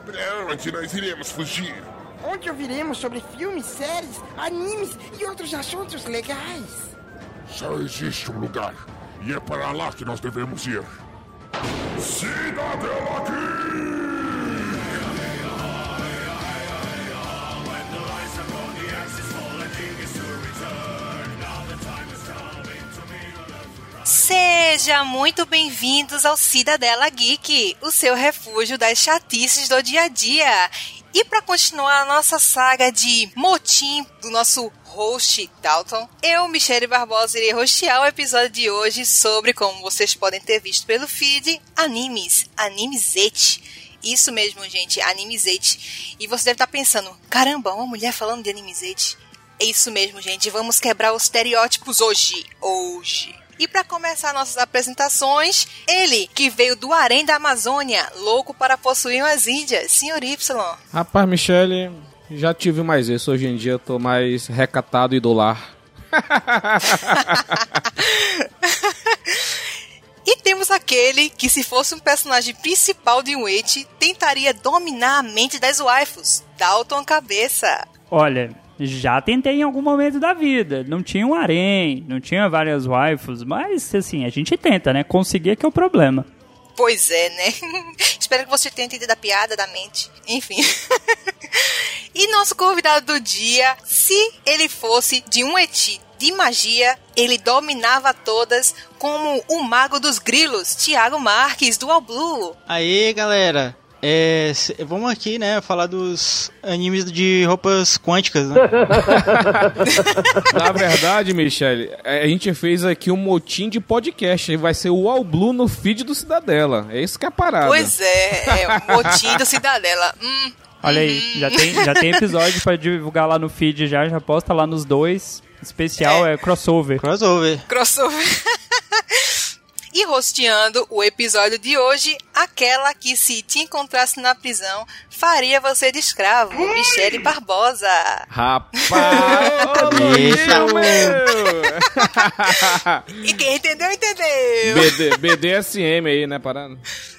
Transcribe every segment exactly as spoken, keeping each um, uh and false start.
Pra onde nós iremos fugir? Onde ouviremos sobre filmes, séries, animes e outros assuntos legais. Só existe um lugar, e é para lá que nós devemos ir. Cidadela Geek! Seja muito bem-vindos ao Cidadela Geek, o seu refúgio das chatices do dia a dia. E para continuar a nossa saga de motim do nosso host Dalton, eu, Michele Barbosa, irei hostear o episódio de hoje sobre, como vocês podem ter visto pelo feed, animes, animizete. Isso mesmo, gente, animizete. E você deve estar pensando, caramba, uma mulher falando de animizete. É isso mesmo, gente, vamos quebrar os estereótipos hoje, hoje. E para começar nossas apresentações, ele que veio do harém da Amazônia, louco para possuir umas índias, senhor Y. Rapaz, Michele, já tive mais isso. Hoje em dia eu tô mais recatado e do lar. E temos aquele que, se fosse um personagem principal de um ecchi, tentaria dominar a mente das waifus, Dalton Cabeça. Olha, já tentei em algum momento da vida. Não tinha um harém, não tinha várias waifus, mas assim, a gente tenta, né? Conseguir é que é o problema. Pois é, né? Espero que você tenha entendido a piada da mente. Enfim. E nosso convidado do dia, se ele fosse de um ecchi de magia, ele dominava todas como o mago dos grilos, Thiago Marques, do All Blue. Aê, galera! É, vamos aqui, né, falar dos animes de roupas quânticas, né? Na verdade, Michele, a gente fez aqui um motim de podcast. E vai ser o All Blue no feed do Cidadela. É isso que é a parada. Pois é, é o motim do Cidadela. Hum, Olha hum, aí, já tem, já tem episódio pra divulgar lá no feed, já, já posta lá nos dois. Especial é, é crossover. Crossover. Crossover. E rosteando o episódio de hoje, aquela que, se te encontrasse na prisão, faria você de escravo, Michele Barbosa. Rapaz! Eita, E quem entendeu, entendeu. B D, B D S M aí, né, parada?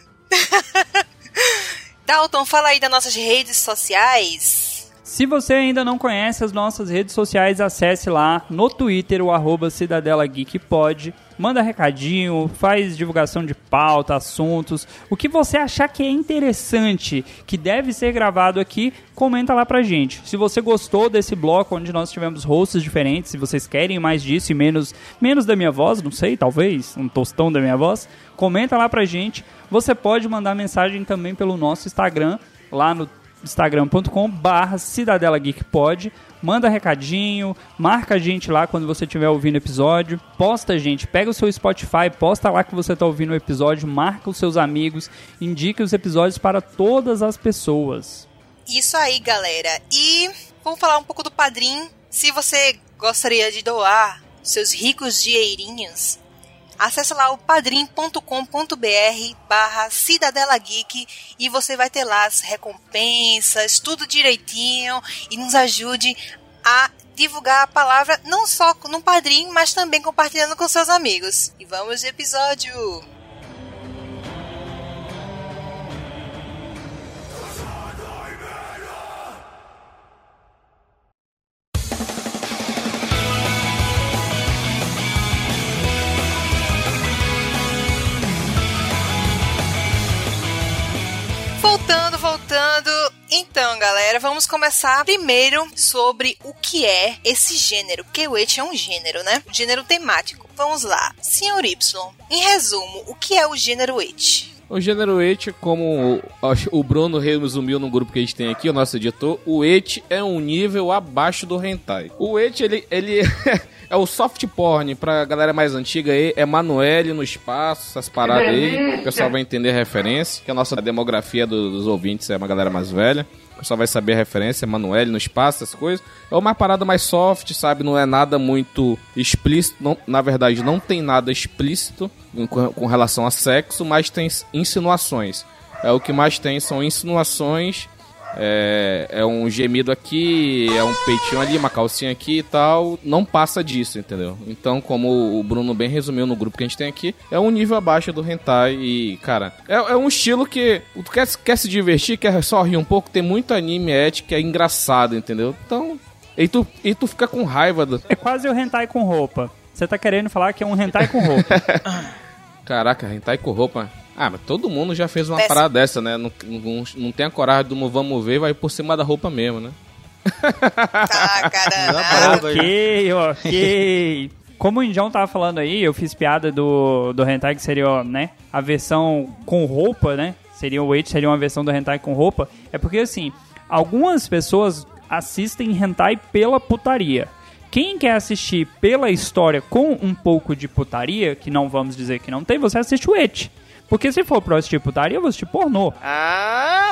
Dalton, fala aí das nossas redes sociais. Se você ainda não conhece as nossas redes sociais, acesse lá no Twitter, o arroba Cidadela Geek Pod. Manda recadinho, faz divulgação de pauta, assuntos. O que você achar que é interessante, que deve ser gravado aqui, comenta lá pra gente. Se você gostou desse bloco onde nós tivemos hosts diferentes, se vocês querem mais disso e menos, menos da minha voz, não sei, talvez, um tostão da minha voz, comenta lá pra gente. Você pode mandar mensagem também pelo nosso Instagram, lá no instagram ponto com barra Cidadela Geek Pod. Manda recadinho, marca a gente lá quando você estiver ouvindo o episódio. Posta, gente, pega o seu Spotify, posta lá que você está ouvindo o episódio, marca os seus amigos, indique os episódios para todas as pessoas. Isso aí, galera. E vamos falar um pouco do Padrim. Se você gostaria de doar seus ricos dinheirinhos, acesse lá o padrim ponto com ponto br barra Cidadela Geek e você vai ter lá as recompensas, tudo direitinho, e nos ajude a divulgar a palavra não só no Padrim, mas também compartilhando com seus amigos. E vamos de episódio! Voltando, voltando. Então, galera, vamos começar primeiro sobre o que é esse gênero, porque o ecchi é um gênero, né? Um gênero temático. Vamos lá. senhor Y, em resumo, o que é o gênero ecchi? O gênero ecchi, como o Bruno resumiu no grupo que a gente tem aqui, o nosso editor, o ecchi é um nível abaixo do hentai. O ecchi, ele, ele é o soft porn, pra galera mais antiga aí, é Emanuele no espaço, essas paradas aí, o pessoal vai entender a referência, que a nossa demografia dos, dos ouvintes é uma galera mais velha. O pessoal vai saber a referência, Emanuele no espaço, essas coisas. É uma parada mais soft, sabe? Não é nada muito explícito. Não, na verdade, não tem nada explícito com, com relação a sexo, mas tem insinuações. É, o que mais tem são insinuações é, é um gemido aqui, é um peitinho ali, uma calcinha aqui e tal. Não passa disso, entendeu? Então, como o Bruno bem resumiu no grupo que a gente tem aqui, é um nível abaixo do hentai e, cara, é, é um estilo que tu quer, quer se divertir, quer só rir um pouco, tem muito anime ético que é engraçado, entendeu? Então, e tu, e tu fica com raiva do... É quase o hentai com roupa. Você tá querendo falar que é um hentai com roupa. Caraca, hentai com roupa... Ah, mas todo mundo já fez uma Peça. parada dessa, né? Não, não, não tem a coragem do vamos ver, vai por cima da roupa mesmo, né? Tá, caramba. Brava, Ok, ok. Como o Indião tava falando aí, eu fiz piada do, do hentai que seria, né, a versão com roupa, né? Seria o eti, seria uma versão do hentai com roupa. É porque, assim, algumas pessoas assistem hentai pela putaria. Quem quer assistir pela história com um pouco de putaria, que não vamos dizer que não tem, você assiste o eti. Porque se for pra assistir putaria, eu vou assistir pornô. Ah,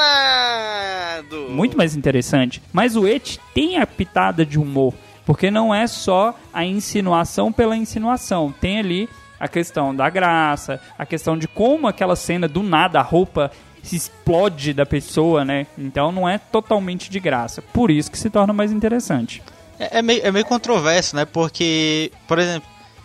danado! Muito mais interessante. Mas o eti tem a pitada de humor. Porque não é só a insinuação pela insinuação. Tem ali a questão da graça, a questão de como aquela cena, do nada, a roupa se explode da pessoa, né? Então não é totalmente de graça. Por isso que se torna mais interessante. É, é, meio, é meio controverso, né? Porque, por exemplo,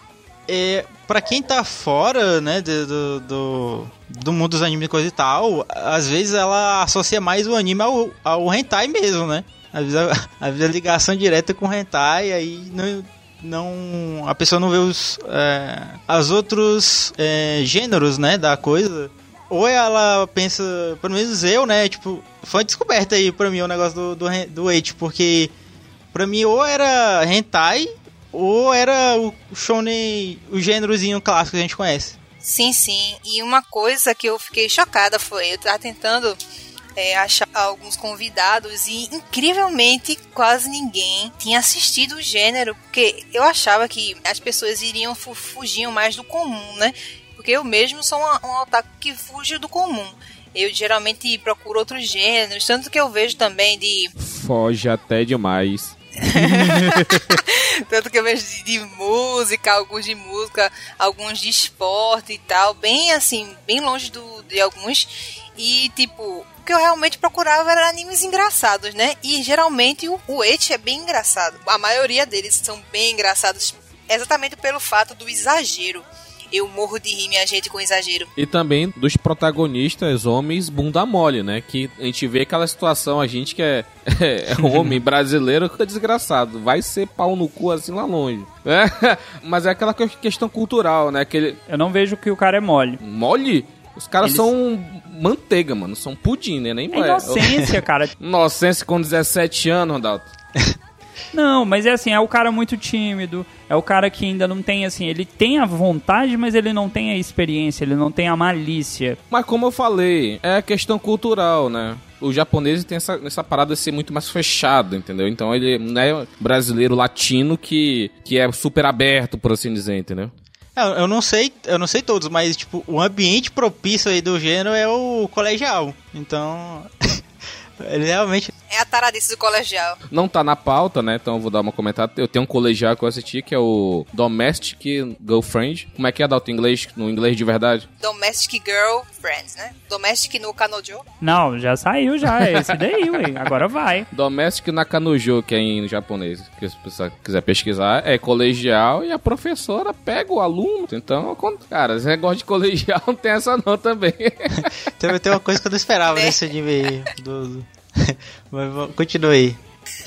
é, pra quem tá fora, né, do, do, do mundo dos animes e coisa e tal, às vezes ela associa mais o anime ao, ao hentai mesmo, né? Às vezes a, às vezes a ligação direta com o hentai, aí não, não, a pessoa não vê os é, as outros é, gêneros, né, da coisa. Ou ela pensa, pelo menos eu, né, tipo, foi uma descoberta aí pra mim o negócio do, do, do eti, porque pra mim ou era hentai ou era o shonen, o gênerozinho clássico que a gente conhece. Sim, sim. E uma coisa que eu fiquei chocada foi, eu tava tentando é, achar alguns convidados e, incrivelmente, quase ninguém tinha assistido o gênero, porque eu achava que as pessoas iriam fu- fugiam mais do comum, né? Porque eu mesmo sou uma, um otaku que fuge do comum. Eu geralmente procuro outros gêneros, tanto que eu vejo também de... Foge até demais. Tanto que eu vejo de, de música, alguns de música, alguns de esporte e tal, bem assim, bem longe do, de alguns. E tipo, o que eu realmente procurava era animes engraçados, né? E geralmente o, o eti é bem engraçado. A maioria deles são bem engraçados exatamente pelo fato do exagero. Eu morro de rir, minha gente, com exagero. E também dos protagonistas homens bunda mole, né? Que a gente vê aquela situação, a gente que é, é, é homem brasileiro, que é desgraçado. Vai ser pau no cu assim lá longe. É, mas é aquela questão cultural, né? Aquele... Eu não vejo que o cara é mole. Mole? Os caras Eles... são manteiga, mano. São pudim, né? Nem É inocência, cara. Inocência com dezessete anos, Ronaldo. Não, mas é assim, é o cara muito tímido, é o cara que ainda não tem, assim, ele tem a vontade, mas ele não tem a experiência, ele não tem a malícia. Mas como eu falei, é questão cultural, né? O japonês tem essa, essa parada de ser muito mais fechado, entendeu? Então ele não é brasileiro latino que, que é super aberto, por assim dizer, entendeu? É, eu não sei, eu não sei todos, mas tipo, o ambiente propício aí do gênero é o colegial. Então, ele realmente... É a taradice do colegial. Não tá na pauta, né? Então eu vou dar uma comentada. Eu tenho um colegial que eu assisti, que é o Domestic Girlfriend. Como é que é, Dalton, em inglês? No inglês de verdade? Domestic Girl Friends, né? Domestic no Kanojo. Não, já saiu já, é esse daí, ué. Agora vai. Domestic Nakanojo, que é em japonês. Que se você quiser pesquisar, é colegial e a professora pega o aluno. Então, cara, esse negócio de colegial não tem essa não também. Tem, tem uma coisa que eu não esperava É. nesse anime aí. Do, do... Mas continue aí.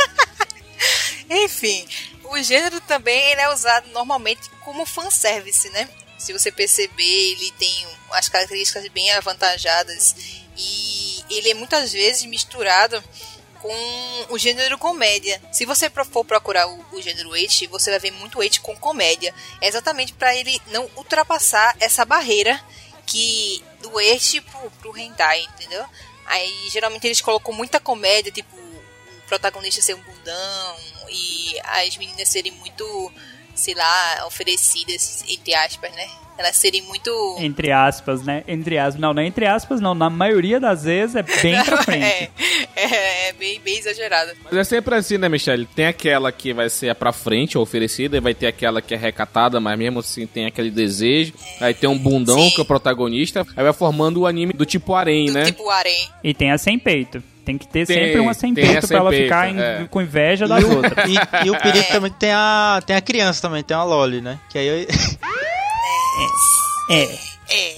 Enfim, o gênero também ele é usado normalmente como fanservice, né? Se você perceber, ele tem as características bem avantajadas e ele é muitas vezes misturado com o gênero comédia. Se você for procurar o, o gênero eti, você vai ver muito eti com comédia. É exatamente para ele não ultrapassar essa barreira que do eti pro, pro hentai, entendeu? Aí geralmente eles colocam muita comédia, tipo o protagonista ser um bundão e as meninas serem muito, sei lá, oferecidas, entre aspas, né? Elas serem muito... Entre aspas, né? Entre aspas. Não, não é entre aspas, não. Na maioria das vezes é bem pra frente. é, é, é bem, bem exagerado. Mas é sempre assim, né, Michele? Tem aquela que vai ser a pra frente, oferecida, e vai ter aquela que é recatada, mas mesmo assim tem aquele desejo. É. Aí tem um bundão, sim, que é o protagonista. Aí vai formando o anime do tipo harém, do né? tipo harém. E tem a sem peito. Tem que ter Tem, sempre uma sem tem peito a pra ela sem ficar peito, em- é. com inveja das outras. E, e o perigo também tem a, tem a criança também, tem a Loli, né? Que aí eu... É. É,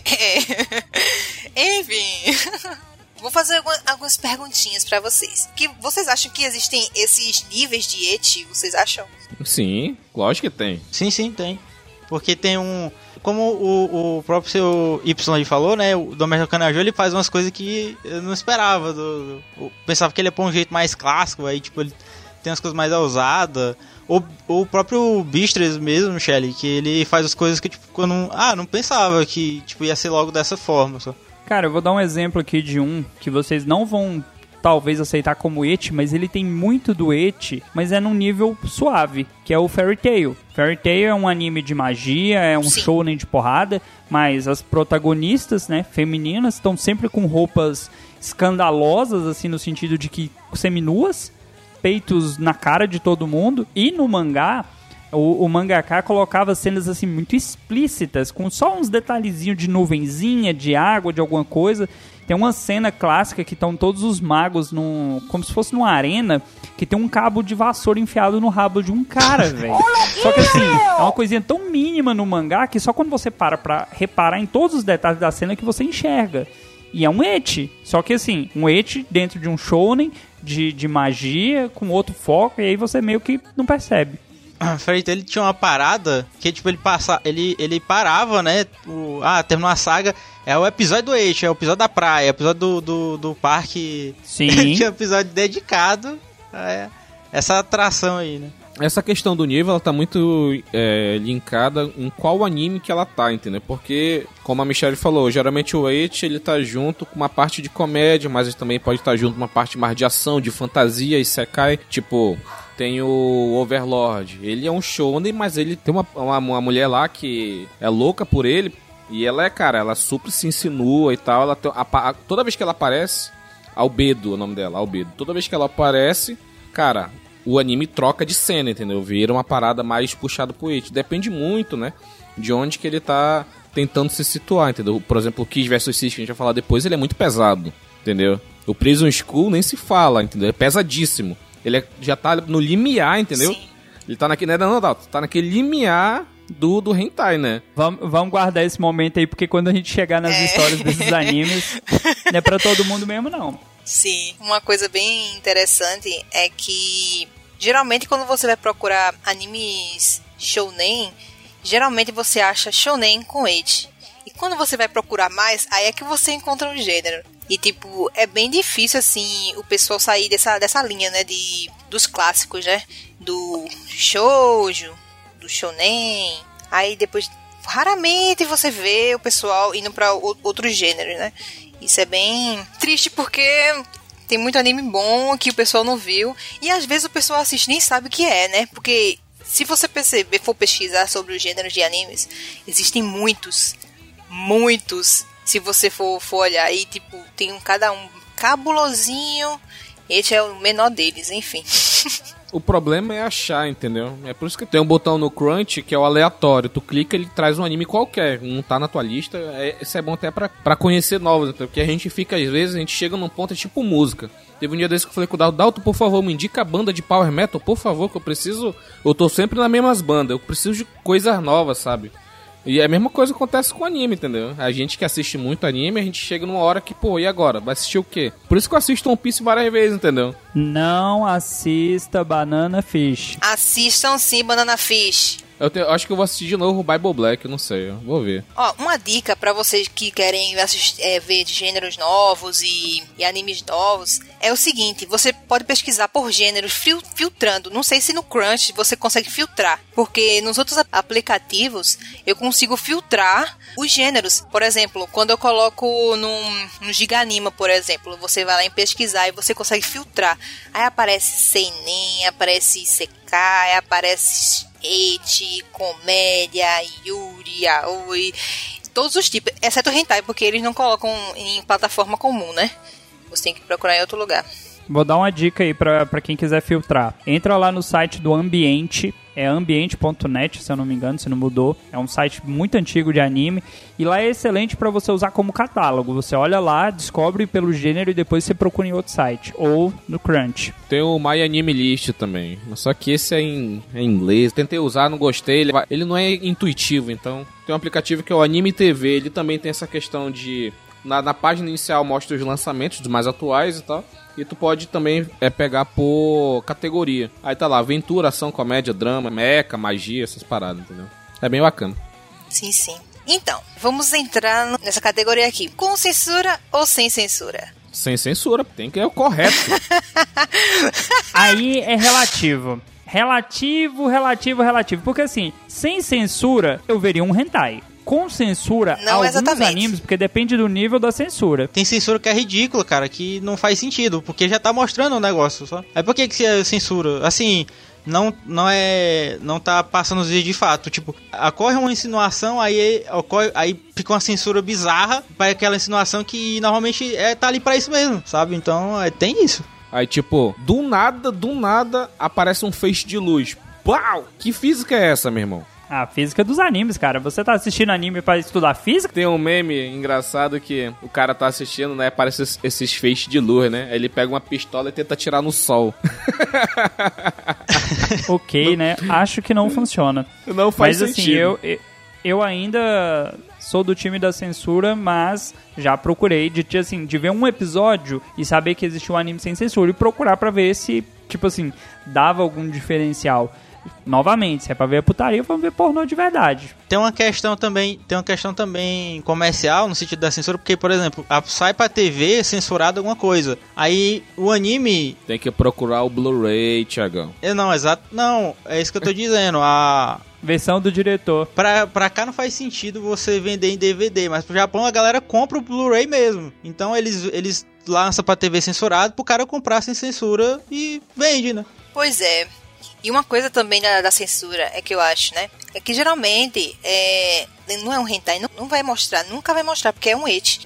é. Enfim. Vou fazer alguma- algumas perguntinhas pra vocês. Que vocês acham que existem esses níveis de eti? Vocês acham? Sim, lógico que tem. Sim, sim, tem. Porque tem um... Como o, o próprio seu Y aí falou, né? O Doméstica Canajô, ele faz umas coisas que eu não esperava. Do, do- eu pensava que ele ia pôr um jeito mais clássico, aí tipo, ele tem umas coisas mais ousadas. Ou o próprio Bistres mesmo, Michele, que ele faz as coisas que, tipo, eu não... Ah, não pensava que tipo, ia ser logo dessa forma, só. Cara, eu vou dar um exemplo aqui de um que vocês não vão talvez aceitar como eti, mas ele tem muito do eti, mas é num nível suave, que é o Fairy Tail. Fairy Tail é um anime de magia, é um Sim. shounen de porrada, mas as protagonistas, né, femininas, estão sempre com roupas escandalosas, assim, no sentido de que seminuas, peitos na cara de todo mundo, e no mangá... O, o mangaka colocava cenas assim muito explícitas, com só uns detalhezinhos de nuvenzinha, de água, de alguma coisa. Tem uma cena clássica que estão todos os magos num, como se fosse numa arena, que tem um cabo de vassoura enfiado no rabo de um cara, velho. Só que assim, é uma coisinha tão mínima no mangá que só quando você para pra reparar em todos os detalhes da cena que você enxerga. E é um eti. Só que assim, um eti dentro de um shounen, de, de magia, com outro foco, e aí você meio que não percebe. Fairy Tail, ele tinha uma parada que, tipo, ele passa, ele, ele parava, né? O, ah, terminou a saga. É o episódio do eixo, é o episódio da praia, é o episódio do, do, do parque. Sim. Tinha um episódio dedicado a essa atração aí, né? Essa questão do nível, ela tá muito é, linkada em qual anime que ela tá, entendeu? Porque, como a Michelle falou, geralmente o eti, ele tá junto com uma parte de comédia, mas ele também pode estar junto com uma parte mais de ação, de fantasia e sekai. Tipo, tem o Overlord. Ele é um shonen, mas ele tem uma, uma, uma mulher lá que é louca por ele. E ela é, cara, ela super se insinua e tal. Ela tem, a, a, toda vez que ela aparece, Albedo é o nome dela, Albedo. Toda vez que ela aparece, cara... o anime troca de cena, entendeu? Vira uma parada mais puxada pro eti. Depende muito, né? De onde que ele tá tentando se situar, entendeu? Por exemplo, o Kiss versus. Sis, que a gente vai falar depois, ele é muito pesado, entendeu? O Prison School nem se fala, entendeu? É pesadíssimo. Ele é, já tá no limiar, entendeu? Sim. Ele tá naquele... Não, não, não, tá naquele limiar do, do hentai, né? Vamos, vamos guardar esse momento aí, porque quando a gente chegar nas É. histórias desses animes, não é pra todo mundo mesmo, não. Sim, uma coisa bem interessante é que geralmente quando você vai procurar animes shounen, geralmente você acha shounen com eti. E quando você vai procurar mais, aí é que você encontra o gênero. E tipo, é bem difícil assim o pessoal sair dessa, dessa linha, né, de, dos clássicos, né, do shoujo, do shounen. Aí depois, raramente você vê o pessoal indo pra o- outros gêneros, né. Isso é bem triste porque tem muito anime bom que o pessoal não viu. E às vezes o pessoal assiste e nem sabe o que é, né? Porque se você perceber, for pesquisar sobre os gêneros de animes, existem muitos. Muitos. Se você for, for olhar aí, tipo, tem um cada um cabulosinho. Esse é o menor deles, enfim. O problema é achar, entendeu? É por isso que tem um botão no Crunch que é o aleatório. Tu clica, ele traz um anime qualquer. Não tá na tua lista. É, isso é bom até pra, pra conhecer novos, entendeu? Porque a gente fica, às vezes, a gente chega num ponto, é tipo música. Teve um dia desse que eu falei com o Dalton, Dalton, por favor, me indica a banda de Power Metal, por favor, que eu preciso... Eu tô sempre nas mesmas bandas, eu preciso de coisas novas, sabe? E a mesma coisa acontece com anime, entendeu? A gente que assiste muito anime, a gente chega numa hora que, pô, e agora? Vai assistir o quê? Por isso que eu assisto One Piece várias vezes, entendeu? Não assista Banana Fish. Assistam sim Banana Fish. Eu, te- eu acho que eu vou assistir de novo o Bible Black, eu não sei, eu vou ver. Ó, uma dica pra vocês que querem assist- é, ver gêneros novos e, e animes novos é o seguinte: você pode pesquisar por gêneros fil- filtrando. Não sei se no Crunch você consegue filtrar, porque nos outros ap- aplicativos eu consigo filtrar os gêneros. Por exemplo, quando eu coloco num, num Giganima, por exemplo, você vai lá em pesquisar e você consegue filtrar. Aí aparece seinen, aparece isekai, aparece eti, comédia, yuri, yaoi, todos os tipos, exceto o hentai, porque eles não colocam em plataforma comum, né? Você tem que procurar em outro lugar. Vou dar uma dica aí pra, pra quem quiser filtrar. Entra lá no site do Ambiente, é ambiente ponto net, se eu não me engano, se não mudou. É um site muito antigo de anime. E lá é excelente pra você usar como catálogo. Você olha lá, descobre pelo gênero e depois você procura em outro site. Ou no Crunch. Tem o My Anime List também. Só que esse é em, é em inglês. Tentei usar, não gostei. Ele, ele não é intuitivo, então... Tem um aplicativo que é o Anime T V. Ele também tem essa questão de... Na, na página inicial mostra os lançamentos dos mais atuais e tal. E tu pode também é, pegar por categoria. Aí tá lá, aventura, ação, comédia, drama, meca, magia, essas paradas, entendeu? É bem bacana. Sim, sim. Então, vamos entrar nessa categoria aqui. Com censura ou sem censura? Sem censura, tem que é o correto. Aí é relativo. Relativo, relativo, relativo. Porque assim, sem censura, eu veria um hentai. Com censura, não alguns exatamente. animes, porque depende do nível da censura. Tem censura que é ridícula, cara, que não faz sentido, porque já tá mostrando o negócio só. Aí por que que é censura? Assim, não, não é... não tá passando os vídeos de fato. Tipo, ocorre uma insinuação, aí, ocorre, aí fica uma censura bizarra para aquela insinuação que normalmente é, tá ali pra isso mesmo, sabe? Então, é, tem isso. Aí, tipo, do nada, do nada, aparece um feixe de luz. Pau! Que física é essa, meu irmão? A física dos animes, cara. Você tá assistindo anime pra estudar física? Tem um meme engraçado que o cara tá assistindo, né? Aparece esses, esses feixes de luz, né? Aí ele pega uma pistola e tenta atirar no sol. Ok, não, né? Acho que não funciona. Não faz mas, sentido. Mas assim, eu, eu ainda sou do time da censura, mas já procurei de, assim, de ver um episódio e saber que existe um anime sem censura e procurar pra ver se, tipo assim, dava algum diferencial. Novamente, se é pra ver putaria, vamos ver pornô de verdade. Tem uma questão também, tem uma questão também comercial no sentido da censura, porque, por exemplo, a, sai pra T V censurado alguma coisa. Aí o anime... Tem que procurar o Blu-ray, Thiagão. Eu não, exato. Não, é isso que eu tô dizendo. A... Versão do diretor. Pra, pra cá não faz sentido você vender em D V D, mas pro Japão a galera compra o Blu-ray mesmo. Então eles, eles lançam pra T V censurado pro cara comprar sem censura e vende, né? Pois é. E uma coisa também da, da censura é que eu acho, né? É que geralmente é, não é um hentai, não, não vai mostrar, nunca vai mostrar, porque é um ecchi.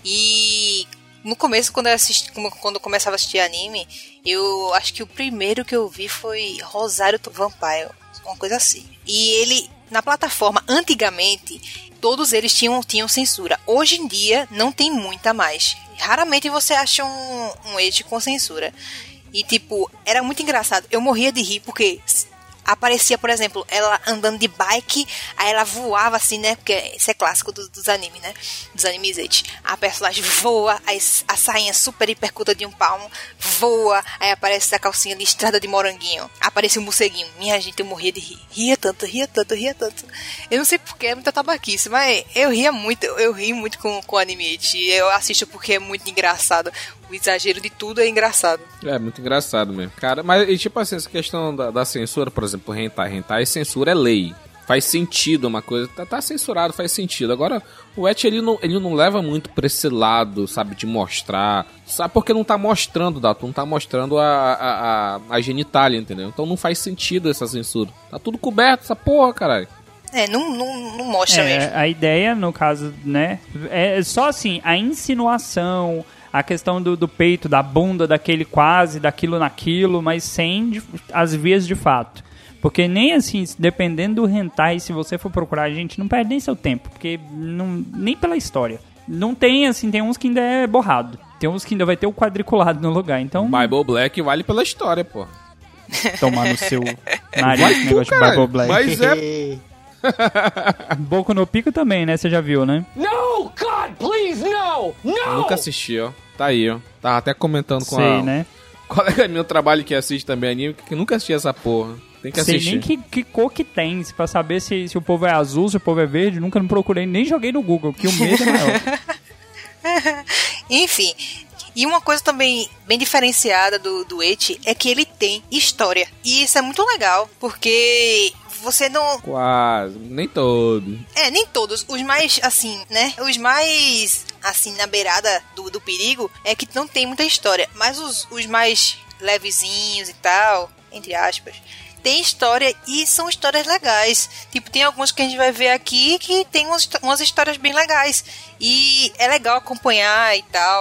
E no começo, quando eu, assisti, quando eu começava a assistir anime, eu acho que o primeiro que eu vi foi Rosário Vampire, uma coisa assim. E ele, na plataforma, antigamente, todos eles tinham, tinham censura. Hoje em dia, não tem muita mais. Raramente você acha um, um ecchi com censura. E, tipo, era muito engraçado. Eu morria de rir, porque aparecia, por exemplo, ela andando de bike, aí ela voava assim, né? Porque isso é clássico do, dos animes, né? Dos animes. A personagem voa, aí a sainha super hipercuta de um palmo, voa, aí aparece a calcinha listrada de moranguinho. Aparece um morceguinho. Minha gente, eu morria de rir. Ria tanto, ria tanto, ria tanto. Eu não sei porque, é muita tabaquice, mas eu ria muito, eu ri muito com o anime. Eu assisto porque é muito engraçado. O exagero de tudo é engraçado. É, muito engraçado mesmo. Cara, mas e, tipo assim, essa questão da, da censura, por exemplo, hentai, hentai, censura é lei. Faz sentido uma coisa, tá, tá censurado, faz sentido. Agora, o ecchi, ele não, ele não leva muito pra esse lado, sabe, de mostrar. Sabe, porque não tá mostrando, Dato, não tá mostrando a, a, a, a genitália, entendeu? Então não faz sentido essa censura. Tá tudo coberto, essa porra, caralho. É, não, não, não mostra é, mesmo. A ideia, no caso, né, é só assim, a insinuação... A questão do, do peito, da bunda, daquele quase, daquilo naquilo, mas sem de, as vias de fato. Porque nem assim, dependendo do hentai, se você for procurar, a gente não perde nem seu tempo, porque não, nem pela história. Não tem, assim, tem uns que ainda é borrado. Tem uns que ainda vai ter o quadriculado no lugar, então... Bible Black vale pela história, pô. Tomar no seu nariz esse negócio de Bible Black. Mas é... Boku no Pico também, né? Você já viu, né? No, God, please, no! No! Nunca assisti, ó. Tá aí, ó. Tava até comentando com Sei, a... né? colega meu trabalho que assiste também anime, que nunca assisti essa porra. Tem que assistir. Sei nem que, que cor que tem, pra saber se, se o povo é azul, se o povo é verde. Nunca não procurei, nem joguei no Google, que o medo é maior. Enfim... E uma coisa também bem diferenciada do, do ecchi é que ele tem história. E isso é muito legal, porque você não... Quase, nem todo. É, nem todos. Os mais, assim, né? Os mais, assim, na beirada do, do perigo é que não tem muita história. Mas os, os mais levezinhos e tal, entre aspas, tem história e são histórias legais. Tipo, tem alguns que a gente vai ver aqui que tem umas, umas histórias bem legais. E é legal acompanhar e tal...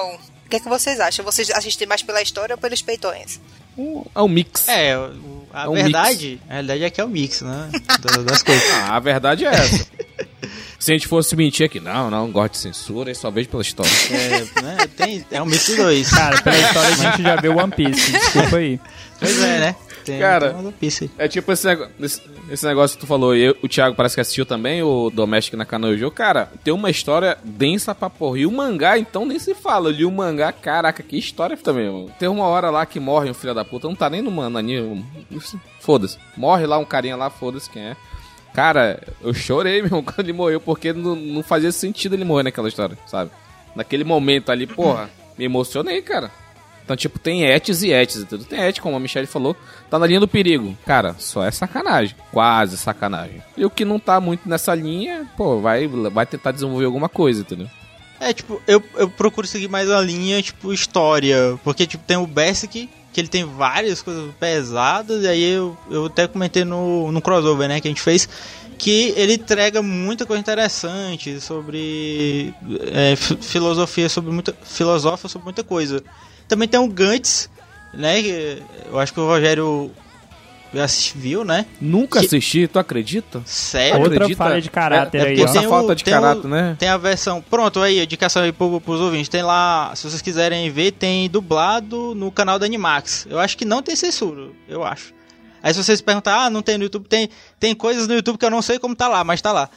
O que é que vocês acham? Vocês assistem mais pela história ou pelos peitões? É um mix. É, o- a É um verdade, mix. a realidade é que é o mix, né? da- Das coisas. Ah, a verdade é essa. Se a gente fosse mentir aqui, não, não, gosto de censura e só vejo pela história. É, né? Tem, é um mix dos dois. Cara, pela história a gente já vê One Piece, desculpa aí. Pois é, né? Tem, Cara, tem uma One Piece. É tipo esse, nego- esse, esse negócio que tu falou, e eu- o Thiago parece que assistiu também, o Domestic na Kanojo. Cara, tem uma história densa pra porra. E o mangá, então, nem se fala. Eu li o mangá, caraca, que história também, mano. Tem uma hora lá que morre um filho da puta, não tá nem no mano anime. Foda-se. Morre lá um carinha lá, foda-se quem é. Cara, eu chorei, meu, quando ele morreu, porque não, não fazia sentido ele morrer naquela história, sabe? Naquele momento ali, porra, me emocionei, cara. Então, tipo, tem etes e etes, entendeu? Tem etes, como a Michelle falou, tá na linha do perigo. Cara, só é sacanagem. Quase sacanagem. E o que não tá muito nessa linha, pô, vai, vai tentar desenvolver alguma coisa, entendeu? É, tipo, eu, eu procuro seguir mais a linha, tipo, história. Porque, tipo, tem o Berserk, que ele tem várias coisas pesadas, e aí eu, eu até comentei no, no crossover, né, que a gente fez, que ele entrega muita coisa interessante sobre é, fi- filosofia, sobre muita, filosofia sobre muita coisa. Também tem o Gantz, né, que eu acho que o Rogério assisti- viu, né? Nunca Que- assisti, tu acredita? Sério? Outra acredita? falha de caráter É- é aí, porque ó. essa Tem o- falta de tem o- caráter, né? Tem a versão. Pronto, aí, indicação aí pro, pros ouvintes. Tem lá, se vocês quiserem ver, tem dublado no canal da Animax. Eu acho que não tem censura, eu acho. Aí se vocês perguntarem, ah, não tem no YouTube, tem, tem coisas no YouTube que eu não sei como tá lá, mas tá lá.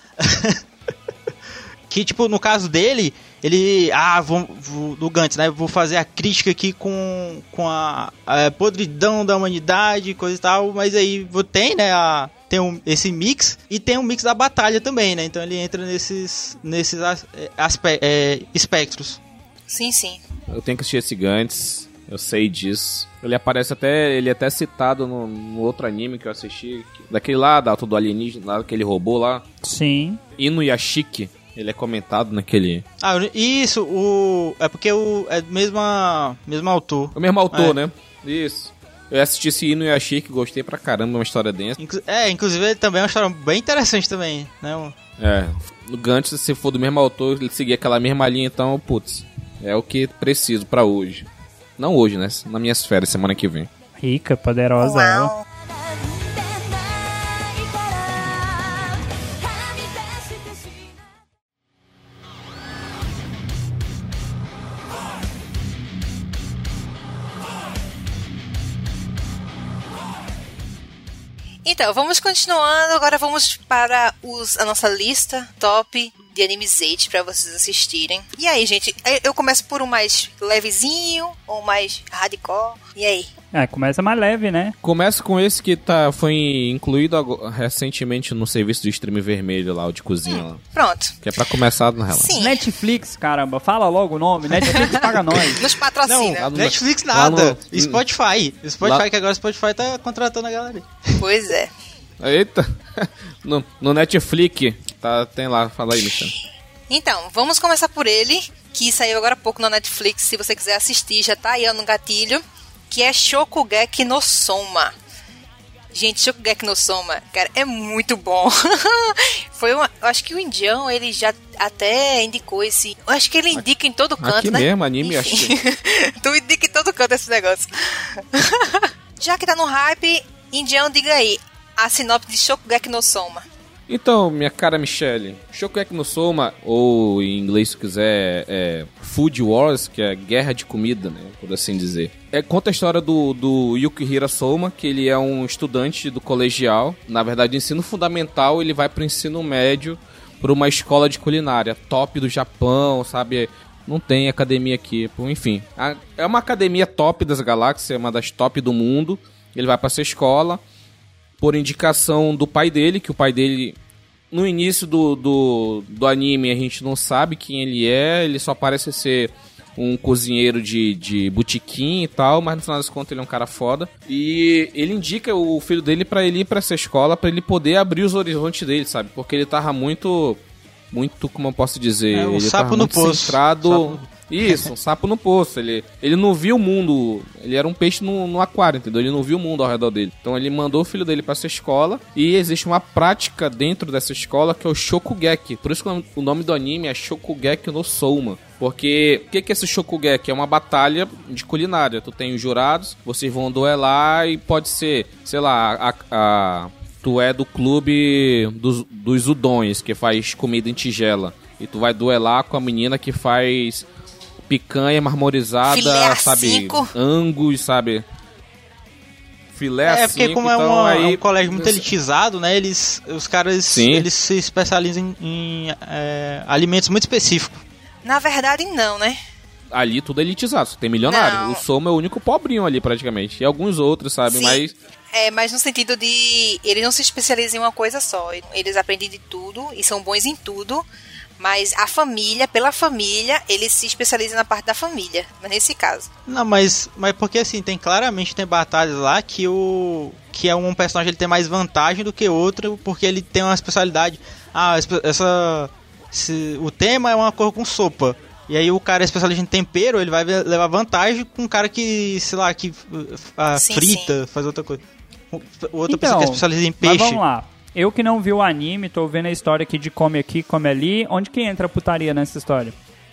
Que, tipo, no caso dele, ele. Ah, vou, vou, do Gantz, né? Vou fazer a crítica aqui com, com a, a podridão da humanidade, coisa e tal. Mas aí vou- tem, né? A, tem um, esse mix e tem um mix da batalha também, né? Então ele entra nesses, nesses as- é, aspe- é, espectros. Sim, sim. Eu tenho que assistir esse Gantz, eu sei disso. Ele aparece até, ele é até citado no, no outro anime que eu assisti, daquele lá, da do alienígena, lá, aquele robô lá, Sim. Inuyashiki. Ele é comentado naquele... Ah, isso, o. É porque o. É o mesmo, mesmo autor. É o mesmo autor, É. né? Isso. Eu assisti esse Inuyashiki, gostei pra caramba, uma história densa. Inclu- É, inclusive ele também é uma história bem interessante também, né? Um- É, no Gantz, se for do mesmo autor, ele seguir aquela mesma linha, então, putz, é o que preciso pra hoje. Não hoje, né? Nas minhas férias, semana que vem. Rica, poderosa ela. Uau. Então, vamos continuando. Agora vamos para os, a nossa lista top de animes eight para vocês assistirem. E aí, gente, eu começo por um mais levezinho ou mais hardcore. E aí? É, começa mais leve, né? Começa com esse que tá, foi incluído agora- recentemente no serviço de streaming vermelho lá, o de cozinha lá. Pronto. Que é pra começar na relação. Sim. Netflix, caramba, fala logo o nome. Netflix paga nós. Nos patrocina. Lá no- Netflix lá nada. no- Spotify. Spotify, Lá- que agora o Spotify tá contratando a galera. Pois é. Eita! No, no Netflix, tá, tem lá, fala aí, Michel. Então, vamos começar por ele, que saiu agora há pouco na Netflix. Se você quiser assistir, já tá aí ó, no gatilho. Que é Shokugeki no Soma. Gente, Shokugeki no Soma, cara, é muito bom. Foi uma, eu acho que o Indião, ele já até indicou esse... Eu acho que ele indica em todo canto, Aqui né? mesmo, anime, Enfim. acho Tu indica em todo canto esse negócio. Já que tá no hype, Indião, diga aí. A sinopse de Shokugeki no Soma. Então, minha cara Michele, Shokugeki no Soma, ou em inglês se quiser, é Food Wars, que é guerra de comida, né, por assim dizer. É, conta a história do, do Yukihira Soma, que ele é um estudante do colegial, na verdade ensino fundamental, ele vai pro ensino médio, por uma escola de culinária, top do Japão, sabe? Não tem academia aqui, enfim. A, é uma academia top das galáxias, é uma das top do mundo, ele vai pra essa escola, por indicação do pai dele, que o pai dele, no início do, do, do anime, a gente não sabe quem ele é, ele só parece ser um cozinheiro de, de botequim e tal, mas no final das contas ele é um cara foda. E ele indica o filho dele pra ele ir pra essa escola, pra ele poder abrir os horizontes dele, sabe? Porque ele tava muito, muito, como eu posso dizer, É, um ele sapo tava no muito poço. centrado... Sapo- Isso, um sapo no poço. Ele, ele não viu o mundo. Ele era um peixe no, no aquário, entendeu? Ele não viu o mundo ao redor dele. Então ele mandou o filho dele pra essa escola. E existe uma prática dentro dessa escola que é o Shokugeki. Por isso que o nome do anime é Shokugeki no Soma. Porque o que, que é esse Shokugeki? É uma batalha de culinária. Tu tem os jurados, vocês vão duelar e pode ser, sei lá, a, a, tu é do clube dos, dos udons, que faz comida em tigela. E tu vai duelar com a menina que faz picanha marmorizada, Filé sabe? cinco. Angus, sabe? Filé É, a porque cinco, como é, então uma, aí... é um colégio muito elitizado, né? Eles, os caras Sim. eles se especializam em, em é, alimentos muito específicos. Na verdade, não, né? Ali tudo é elitizado, só tem milionário. Não. O Soma é o único pobrinho ali, praticamente. E alguns outros, sabe? Sim. Mas... É, mas no sentido de... Eles não se especializam em uma coisa só. Eles aprendem de tudo e são bons em tudo. Mas a família, pela família, eles se especializam na parte da família. Mas nesse caso. Não, mas, mas porque assim, tem claramente tem batalhas lá que o que é um personagem ele tem mais vantagem do que outro, porque ele tem uma especialidade. Ah, essa se, o tema é uma cor com sopa. E aí o cara é especialista em tempero, ele vai levar vantagem com um cara que, sei lá, que ah, Sim, frita, sim. faz outra coisa. Outra Então, pessoa que é especialista em peixe. Mas vamos lá. Eu que não vi o anime, tô vendo a história aqui de come aqui, come ali. Onde que entra a putaria nessa história?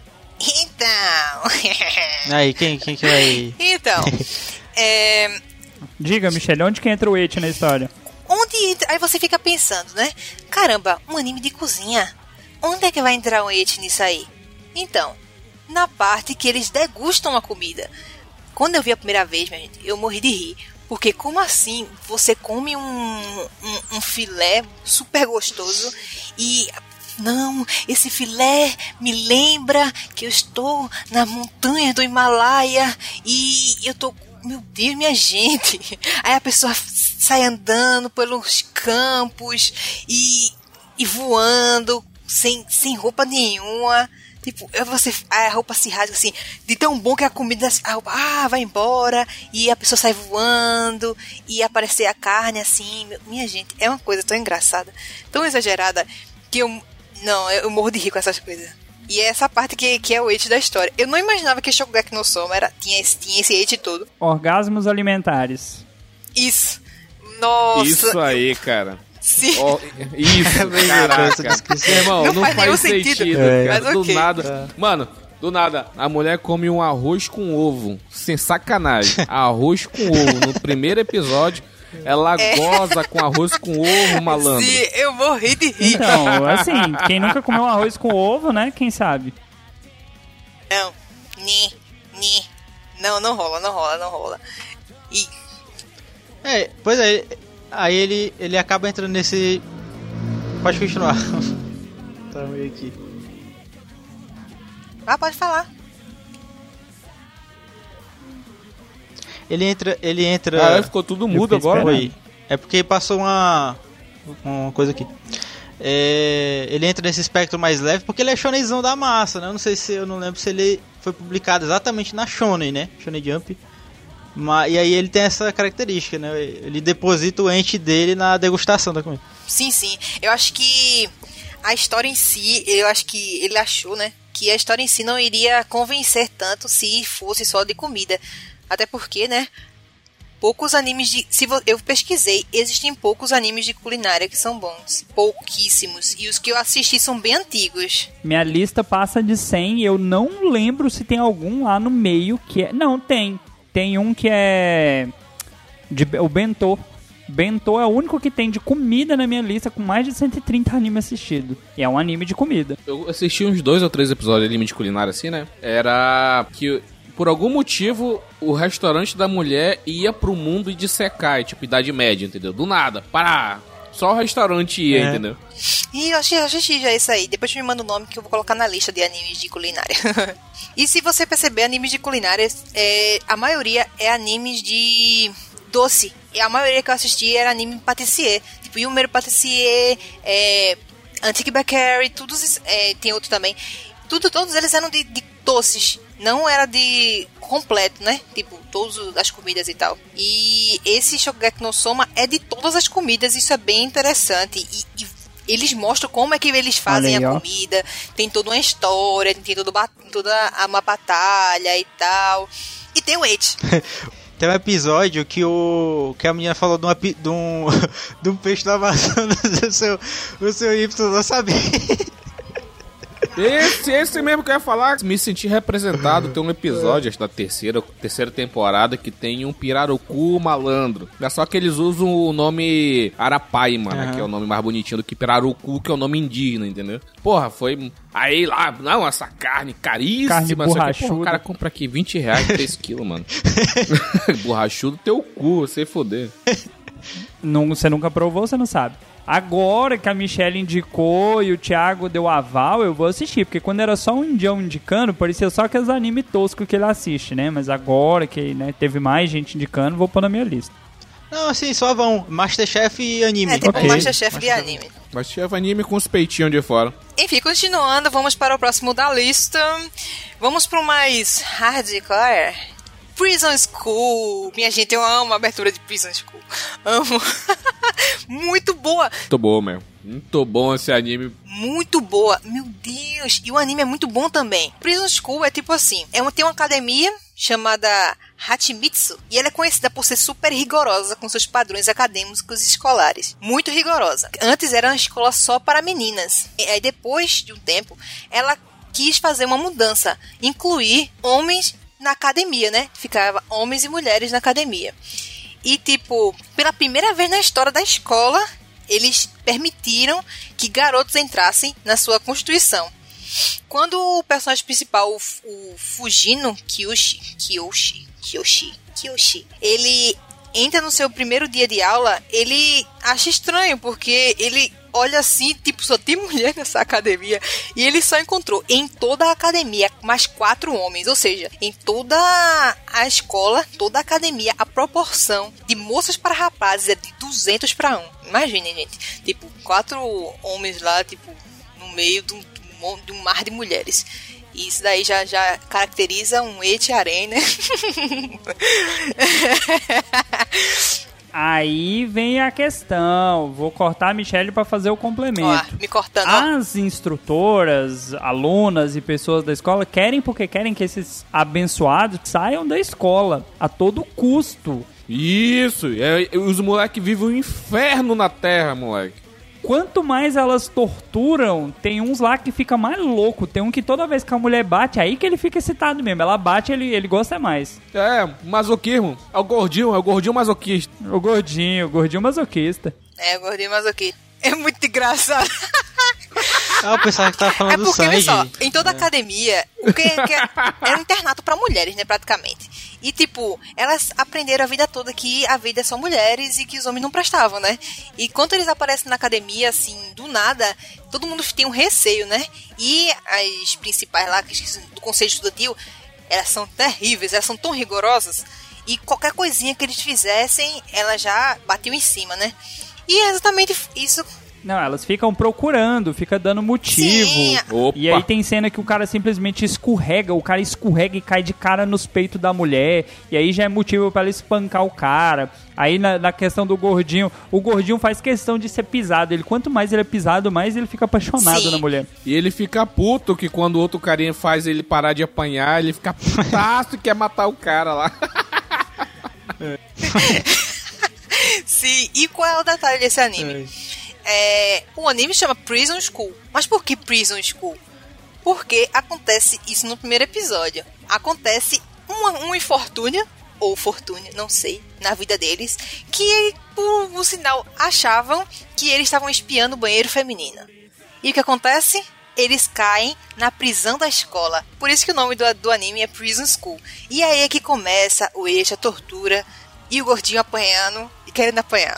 Então... Aí, quem, quem que vai... Então... é... Diga, Michelle, onde que entra o eti na história? Onde entra... Aí você fica pensando, né? Caramba, um anime de cozinha. Onde é que vai entrar um eti nisso aí? Então, na parte que eles degustam a comida. Quando eu vi a primeira vez, minha gente, eu morri de rir. Porque como assim você come um, um, um filé super gostoso e... Não, esse filé me lembra que eu estou na montanha do Himalaia e eu tô... Meu Deus, minha gente. Aí a pessoa sai andando pelos campos e, e voando sem, sem roupa nenhuma. Tipo, você, a roupa se rasga assim, de tão bom que a comida, a roupa, ah, vai embora, e a pessoa sai voando, e aparecer a carne assim, minha gente, é uma coisa tão engraçada, tão exagerada, que eu, não, eu morro de rir com essas coisas. E é essa parte que, que é o eti da história. Eu não imaginava que Shokugeki no Soma era, tinha, esse, tinha esse eti todo. Orgasmos alimentares. Isso. Nossa. Isso aí, cara. Sim. Oh, isso, caraca. Irmão, Não não, faz faz, nenhum sentido, sentido, cara. mas Do ok. nada. Mano, do nada, a mulher come um arroz com ovo. Sem sacanagem. Arroz com ovo. No primeiro episódio, ela É. goza com arroz com ovo, malandro. Sim, eu morri de rir. Então, assim, quem nunca comeu arroz com ovo, né? Quem sabe? Não, ni, ni. Não, não rola, não rola, não rola. E É, pois é, aí ele, ele acaba entrando nesse... Pode continuar. Tá meio aqui. ah, pode falar. Ele entra... Ele entra... Ah, ficou tudo mudo Eu fiquei agora. Oi. É porque passou uma... Uma coisa aqui. É, ele entra nesse espectro mais leve porque ele é shonenzão da massa, né? Eu não sei se... Eu não lembro se ele foi publicado exatamente na Shonen, né? Shonen Jump. Mas, e aí ele tem essa característica, né? Ele deposita o ente dele na degustação da comida. Sim, sim. Eu acho que a história em si, eu acho que ele achou, né, que a história em si não iria convencer tanto se fosse só de comida. Até porque, né, poucos animes de... Se vo, eu pesquisei, existem poucos animes de culinária que são bons. Pouquíssimos. E os que eu assisti são bem antigos. Minha lista passa de cem e eu não lembro se tem algum lá no meio que é... Não, tem. Tem um que é... De, o Bentô. Bentô é o único que tem de comida na minha lista com mais de cento e trinta animes assistidos. E é um anime de comida. Eu assisti uns dois ou três episódios de anime de culinária assim, né? Era que... Por algum motivo, o restaurante da mulher ia pro mundo de Sekai, tipo, Idade Média, entendeu? Do nada, pará. Só o restaurante ia, É. entendeu? E eu achei, eu assisti já isso aí. Depois me manda o nome que eu vou colocar na lista de animes de culinária. E se você perceber, animes de culinária, é, a maioria é animes de doce. E a maioria que eu assisti era anime patissier. Tipo, Yumeru Patissier, é, Antique Bakery, todos, é, tem outro também. Tudo, todos eles eram de, de doces. Não era de completo, né? Tipo, todas as comidas e tal. E esse Shokugeki no Soma é de todas as comidas. Isso é bem interessante. E, e eles mostram como é que eles fazem Olha aí, a ó. comida. Tem toda uma história, tem todo, ba- toda uma batalha e tal. E tem o eti. Tem um episódio que o que a menina falou de, uma, pi- de um de um peixe da Amazonas, o seu, o seu Y não sabia. Esse, esse mesmo que eu ia falar, me senti representado. Tem um episódio, acho da terceira, terceira temporada, que tem um pirarucu malandro. É só que eles usam o nome Arapaima, uhum. né? Que é o nome mais bonitinho do que pirarucu, que é o nome indígena, entendeu? Porra, foi... Aí lá, não, essa carne caríssima. Carne borrachuda. Porra, o cara compra aqui vinte reais, três quilos, mano. Borrachudo teu cu, você foder. Não, você nunca provou, você não sabe. Agora que a Michelle indicou e o Thiago deu aval, eu vou assistir. Porque quando era só um indião indicando, parecia só aqueles animes toscos que ele assiste, né? Mas agora que né, teve mais gente indicando, vou pôr na minha lista. Não, assim, só vão Masterchef e anime. É tipo okay. Masterchef de anime. Masterchef anime com os peitinhos de fora. Enfim, continuando, vamos para o próximo da lista. Vamos para o mais hardcore. Prison School. Minha gente, eu amo a abertura de Prison School. Amo. Muito boa. Muito bom, meu. Muito bom esse anime. Muito boa. Meu Deus. E o anime é muito bom também. Prison School é tipo assim. É uma, tem uma academia chamada Hachimitsu. E ela é conhecida por ser super rigorosa com seus padrões acadêmicos e escolares. Muito rigorosa. Antes era uma escola só para meninas. E aí depois de um tempo, ela quis fazer uma mudança. Incluir homens na academia, né? Ficava homens e mulheres na academia. E, tipo, pela primeira vez na história da escola, eles permitiram que garotos entrassem na sua constituição. Quando o personagem principal, o, o Fujino Kyoshi, Kyoshi, Kyoshi, Kyoshi, ele entra no seu primeiro dia de aula, ele acha estranho, porque ele olha assim, tipo, só tem mulher nessa academia. E ele só encontrou em toda a academia mais quatro homens. Ou seja, em toda a escola, toda a academia, a proporção de moças para rapazes é de duzentos para um. Imaginem, gente. Tipo, quatro homens lá, tipo, no meio de um, de um mar de mulheres. E isso daí já, já caracteriza um eti-harem, né? Aí vem a questão, vou cortar a Michelle para fazer o complemento. Ó, me cortando. As instrutoras, alunas e pessoas da escola querem porque querem que esses abençoados saiam da escola a todo custo. Isso, é, os moleques vivem um inferno na terra, moleque. Quanto mais elas torturam, tem uns lá que fica mais louco. Tem um que toda vez que a mulher bate, aí que ele fica excitado mesmo. Ela bate, ele, ele gosta mais. É, masoquismo. É o gordinho, é o gordinho masoquista. O gordinho, o gordinho masoquista. É, o gordinho masoquista. É muito engraçado. Ah, o pessoal que tava falando é porque, do sangue. Olha só, em toda a academia, o que, que era um internato pra mulheres, né, praticamente. E, tipo, elas aprenderam a vida toda que a vida é só mulheres e que os homens não prestavam, né? E quando eles aparecem na academia, assim, do nada, todo mundo tem um receio, né? E as principais lá, do conselho estudantil, elas são terríveis, elas são tão rigorosas. E qualquer coisinha que eles fizessem, elas já batiam em cima, né? E é exatamente isso. Não, elas ficam procurando, fica dando motivo. Sim. E aí tem cena que o cara simplesmente escorrega, o cara escorrega e cai de cara nos peitos da mulher. E aí já é motivo pra ela espancar o cara. Aí na, na questão do gordinho, o gordinho faz questão de ser pisado. Ele, quanto mais ele é pisado, mais ele fica apaixonado Sim. na mulher. E ele fica puto que quando o outro carinha faz ele parar de apanhar, ele fica putaço e quer matar o cara lá. Sim, e qual é o detalhe desse anime? É, o anime chama Prison School. Mas por que Prison School? Porque acontece isso no primeiro episódio. Acontece um, um infortúnio, ou fortuna, não sei, na vida deles, que por um sinal achavam que eles estavam espiando o banheiro feminino. E o que acontece? Eles caem na prisão da escola. Por isso que o nome do, do anime é Prison School. E aí é que começa o eixo, a tortura, e o gordinho apanhando e querendo apanhar.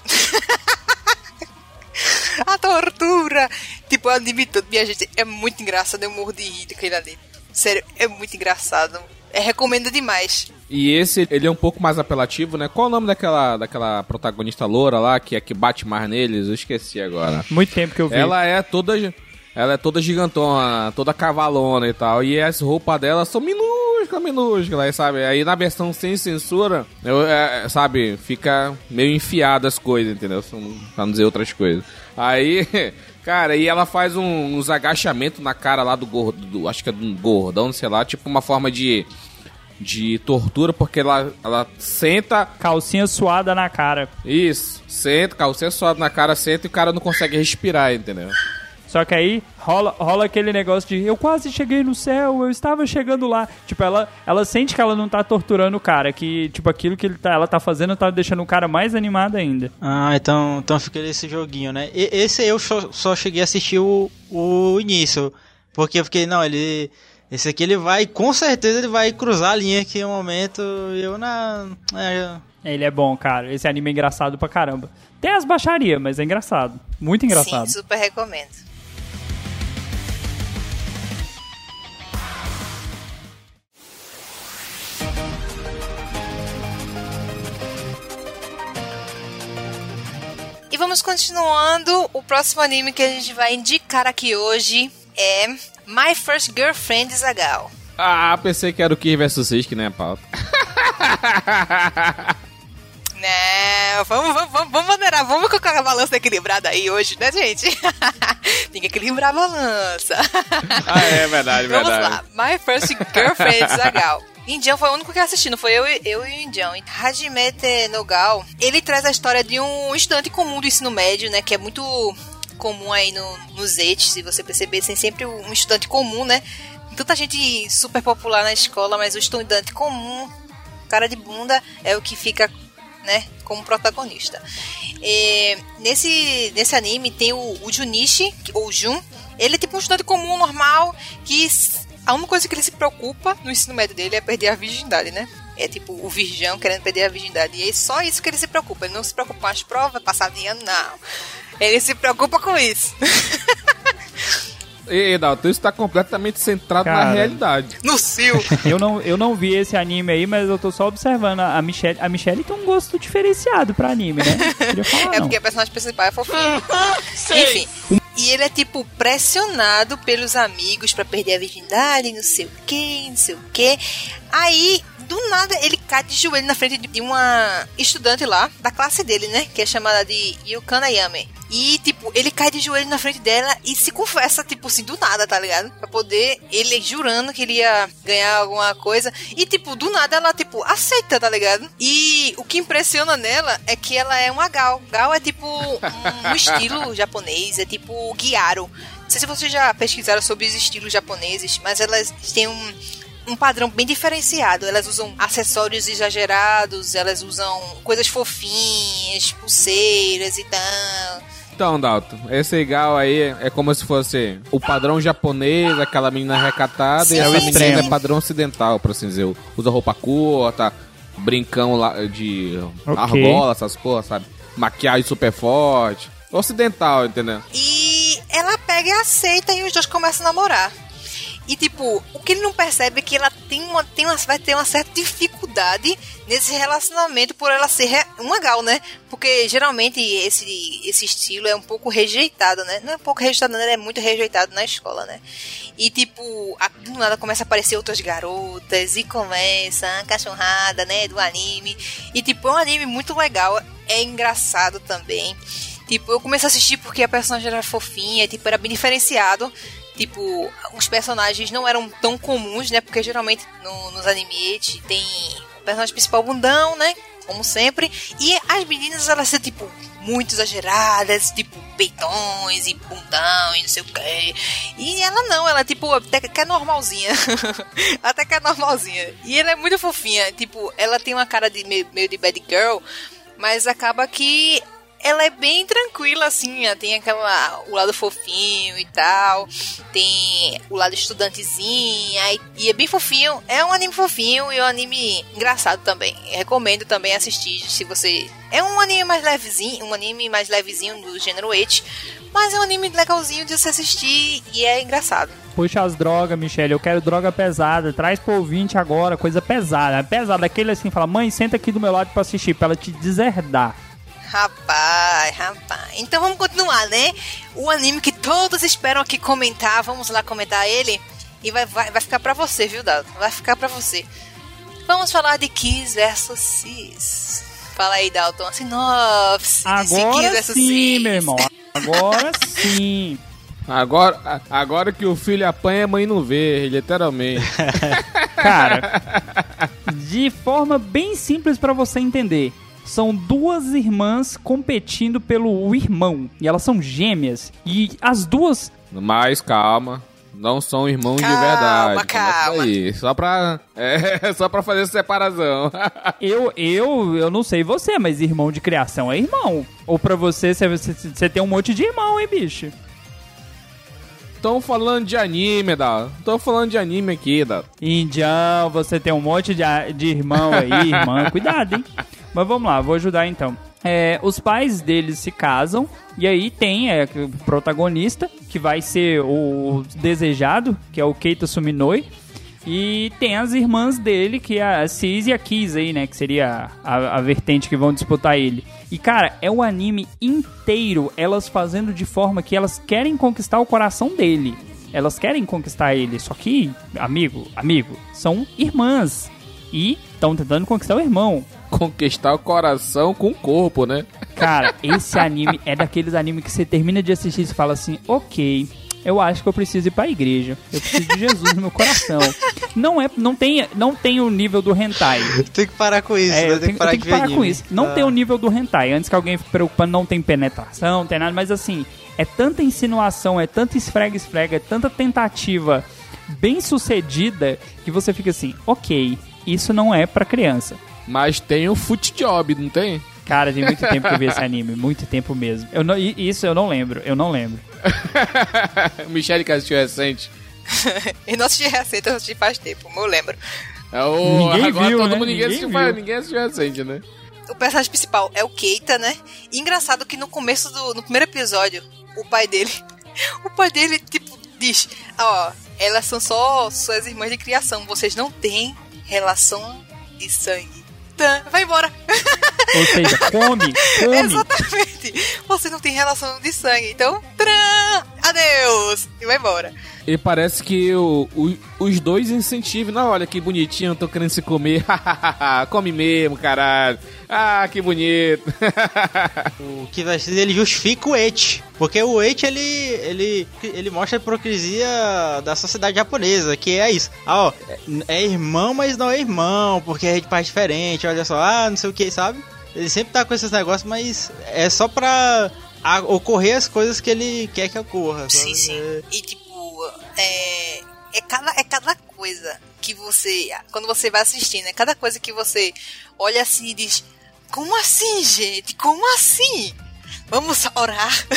A tortura. Tipo, o anime todo, minha gente, é muito engraçado. Eu morro de rir daquele anime. Sério, é muito engraçado. É, recomendo demais. E esse, ele é um pouco mais apelativo, né? Qual o nome daquela, daquela protagonista loura lá, que é que bate mais neles? Eu esqueci agora. Muito tempo que eu vi. Ela é toda... Ela é toda gigantona, toda cavalona e tal. E as roupas dela são minúsculas, minúsculas, sabe? Aí na versão sem censura, eu, é, sabe, fica meio enfiado as coisas, entendeu? Pra não dizer outras coisas. Aí, cara, e ela faz um, uns agachamentos na cara lá do gordo, do, acho que é do gordão, sei lá, tipo uma forma de... de tortura, porque ela, ela senta... Calcinha suada na cara. Isso, senta, calcinha suada na cara, senta e o cara não consegue respirar, entendeu? Só que aí rola, rola aquele negócio de eu quase cheguei no céu, eu estava chegando lá. Tipo, ela, ela sente que ela não tá torturando o cara, que tipo, aquilo que ele tá, ela tá fazendo tá deixando o cara mais animado ainda. Ah, então, então fica nesse joguinho, né? E, esse eu só, só cheguei a assistir o, o início, porque eu fiquei, não, ele... Esse aqui ele vai, com certeza ele vai cruzar a linha aqui em um momento, eu na... É, ele é bom, cara. Esse anime é engraçado pra caramba. Tem as baixarias, mas é engraçado. Muito engraçado. Sim, super recomendo. E vamos continuando. O próximo anime que a gente vai indicar aqui hoje é My First Girlfriend is a Gal. Ah, pensei que era o Kir versus Risk, né, pauta? Não, vamos, vamos, vamos maneirar, vamos colocar a balança equilibrada aí hoje, né, gente? Tem que equilibrar a balança. Ah, é verdade, vamos verdade. Vamos lá, My First Girlfriend is a Gal. Indian foi o único que assisti, não foi eu, eu e o Indian. Hajimete no Gal, ele traz a história de um estudante comum do ensino médio, né, que é muito comum aí no, nos E T, se você perceber, tem sempre um estudante comum, né? Tanta gente super popular na escola, mas o estudante comum, cara de bunda, é o que fica, né, como protagonista. E nesse, nesse anime tem o, o Junichi, ou Jun. Ele é tipo um estudante comum, normal, que a única coisa que ele se preocupa no ensino médio dele é perder a virgindade, né? É tipo o virgão querendo perder a virgindade. E é só isso que ele se preocupa. Ele não se preocupa com as provas, passar de ano, não. Ele se preocupa com isso. E, Dalton, isso tá completamente centrado Cara, na realidade. No cio. Eu não, eu não vi esse anime aí, mas eu tô só observando. A Michelle, a Michelle tem um gosto diferenciado pra anime, né? Não queria falar, É não. porque a personagem principal é fofinha. Enfim. E ele é, tipo, pressionado pelos amigos pra perder a virgindade, não sei o que, não sei o que. Aí, do nada, ele cai de joelho na frente de uma estudante lá, da classe dele, né? Que é chamada de Yukana Yame. E, tipo, ele cai de joelho na frente dela e se confessa, tipo assim, do nada, tá ligado? Pra poder, ele jurando que ele ia ganhar alguma coisa. E, tipo, do nada ela, tipo, aceita, tá ligado? E o que impressiona nela é que ela é uma gal. Gal é, tipo, um, um estilo japonês, é tipo Gyaro. Não sei se vocês já pesquisaram sobre os estilos japoneses, mas elas têm um... um padrão bem diferenciado. Elas usam acessórios exagerados, elas usam coisas fofinhas, pulseiras e tal. Então, Dalton, esse gal aí é como se fosse o padrão japonês, aquela menina recatada, Sim, e essa sim. menina é padrão ocidental, por assim dizer. Usa roupa curta, brincão lá de Ok. argola, essas porra, sabe? Maquiagem super forte. Ocidental, entendeu? E ela pega e aceita e os dois começam a namorar. E, tipo, o que ele não percebe é que ela tem uma, tem uma, vai ter uma certa dificuldade nesse relacionamento por ela ser re, uma gal, né? Porque, geralmente, esse, esse estilo é um pouco rejeitado, né? Não é um pouco rejeitado, não, ele é muito rejeitado na escola, né? E, tipo, a, do nada começa a aparecer outras garotas e começa a cachorrada, né, do anime. E, tipo, é um anime muito legal, é engraçado também. Tipo, eu comecei a assistir porque a personagem era fofinha, tipo, era bem diferenciado. Tipo, os personagens não eram tão comuns, né? Porque geralmente no, nos animes tem o personagem principal bundão, né? Como sempre. E as meninas, elas são, tipo, muito exageradas, tipo, peitões e bundão e não sei o que. E ela não, ela, tipo, até que é normalzinha. Até que é normalzinha. E ela é muito fofinha. Tipo, ela tem uma cara de meio, meio de bad girl, mas acaba que ela é bem tranquila, assim, tem aquela, o lado fofinho e tal, tem o lado estudantezinho, e, e é bem fofinho, é um anime fofinho e é um anime engraçado também, recomendo também assistir, se você... É um anime mais levezinho, um anime mais levezinho do gênero eti, mas é um anime legalzinho de você assistir e é engraçado. Puxa as drogas, Michelle, eu quero droga pesada, traz pro ouvinte agora, coisa pesada, pesada, aquele assim, fala, mãe, senta aqui do meu lado pra assistir, pra ela te deserdar. Rapaz, rapaz. Então vamos continuar, né? O anime que todos esperam aqui comentar. Vamos lá comentar ele. E vai, vai, vai ficar pra você, viu, Dalton? Vai ficar pra você. Vamos falar de Kiss versus Sis. Fala aí, Dalton. Sinopse. Agora sim, meu irmão. Agora sim. Agora, agora que o filho apanha, a mãe não vê, literalmente. Cara, de forma bem simples pra você entender. São duas irmãs competindo pelo irmão. E elas são gêmeas. E as duas Mas calma, não são irmãos Calma, de verdade. calma. Aí, só pra, é, só pra fazer essa separação. Eu, eu, eu não sei você, mas irmão de criação é irmão. Ou pra você, você tem um monte de irmão, hein, bicho? Tão falando de anime, Dá. Tô falando de anime aqui, Dá. Indião, você tem um monte de, de irmão aí, irmã. Cuidado, hein? Mas vamos lá, vou ajudar então. É, os pais deles se casam e aí tem é, o protagonista, que vai ser o desejado, que é o Keita Suminoi. E tem as irmãs dele, que é a Cis e a Kiss aí, né? Que seria a, a vertente que vão disputar ele. E, cara, é o anime inteiro elas fazendo de forma que elas querem conquistar o coração dele. Elas querem conquistar ele. Só que, amigo, amigo, são irmãs. E estão tentando conquistar o irmão. Conquistar o coração com o corpo, né? Cara, esse anime é daqueles animes que você termina de assistir e fala assim, ok... Eu acho que eu preciso ir pra igreja. Eu preciso de Jesus no meu coração. Não é, não tem, não tem o nível do hentai. Tem que parar com isso, é, né? Tem, tem que parar, tem que parar com isso. Não ah. tem o nível do hentai. Antes que alguém fique preocupando, não tem penetração, não tem nada. Mas assim, é tanta insinuação, é tanta esfrega-esfrega, é tanta tentativa bem sucedida que você fica assim, ok, isso não é pra criança. Mas tem o foot job, não tem? Cara, tem muito tempo que eu vi esse anime, muito tempo mesmo. Eu não, isso eu não lembro, eu não lembro. Michele que assistiu recente. Eu não assisti recente, eu assisti faz tempo, eu lembro. É o... Ninguém Agora viu, todo né? mundo, ninguém, Ninguém assistiu, viu. ninguém assistiu recente, né? O personagem principal é o Keita, né? E engraçado que no começo do... No primeiro episódio, o pai dele... O pai dele, tipo, diz... Ó, elas são só suas irmãs de criação. Vocês não têm relação de sangue. Tá, vai embora. Ou seja, come, come. Exatamente. Você não tem relação de sangue. Então, tcharam, adeus. E vai embora. E parece que o, o, os dois incentivam. Não, olha que bonitinho, tô querendo se comer. Come mesmo, caralho. Ah, que bonito. O que vai ser, ele justifica o eti. Porque o eti, ele, ele, ele mostra a hipocrisia da sociedade japonesa, que é isso. Ah, ó, é irmão, mas não é irmão, porque é de pais diferentes, olha só, ah, não sei o que, sabe? Ele sempre tá com esses negócios, mas é só pra a, ocorrer as coisas que ele quer que ocorra. Sim, sabe? sim. E tipo, é, é, cada, é cada coisa que você, quando você vai assistindo, é cada coisa que você olha assim e diz, como assim, gente? Como assim? Vamos orar.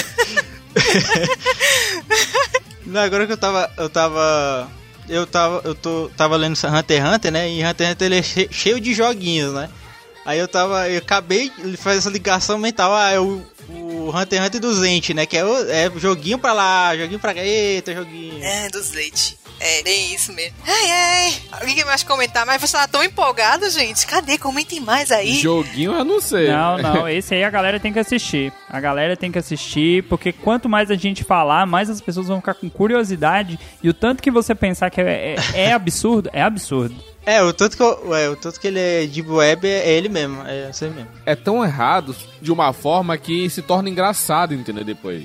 Não, agora que eu tava, eu tava, eu tava, eu tô, tava lendo Hunter x Hunter, né? E Hunter x Hunter ele é che- cheio de joguinhos, né? Aí eu tava, eu acabei de fazer essa ligação mental, ah, é o, o Hunter x Hunter do Zente, né? Que é, o, é joguinho pra lá, joguinho pra cá, eita, joguinho. É, do Zete. É, bem isso mesmo. Ai, ai. Alguém quer mais comentar? Mas você tá tão empolgado, gente. Cadê? Comentem mais aí. Joguinho eu não sei. Não, não, esse aí a galera tem que assistir. A galera tem que assistir, porque quanto mais a gente falar, mais as pessoas vão ficar com curiosidade. E o tanto que você pensar que é, é, é absurdo, é absurdo. É, o tanto que, eu, é, o tanto que ele é deep web é, é ele mesmo, é isso aí mesmo. É tão errado de uma forma que se torna engraçado, entendeu? Depois.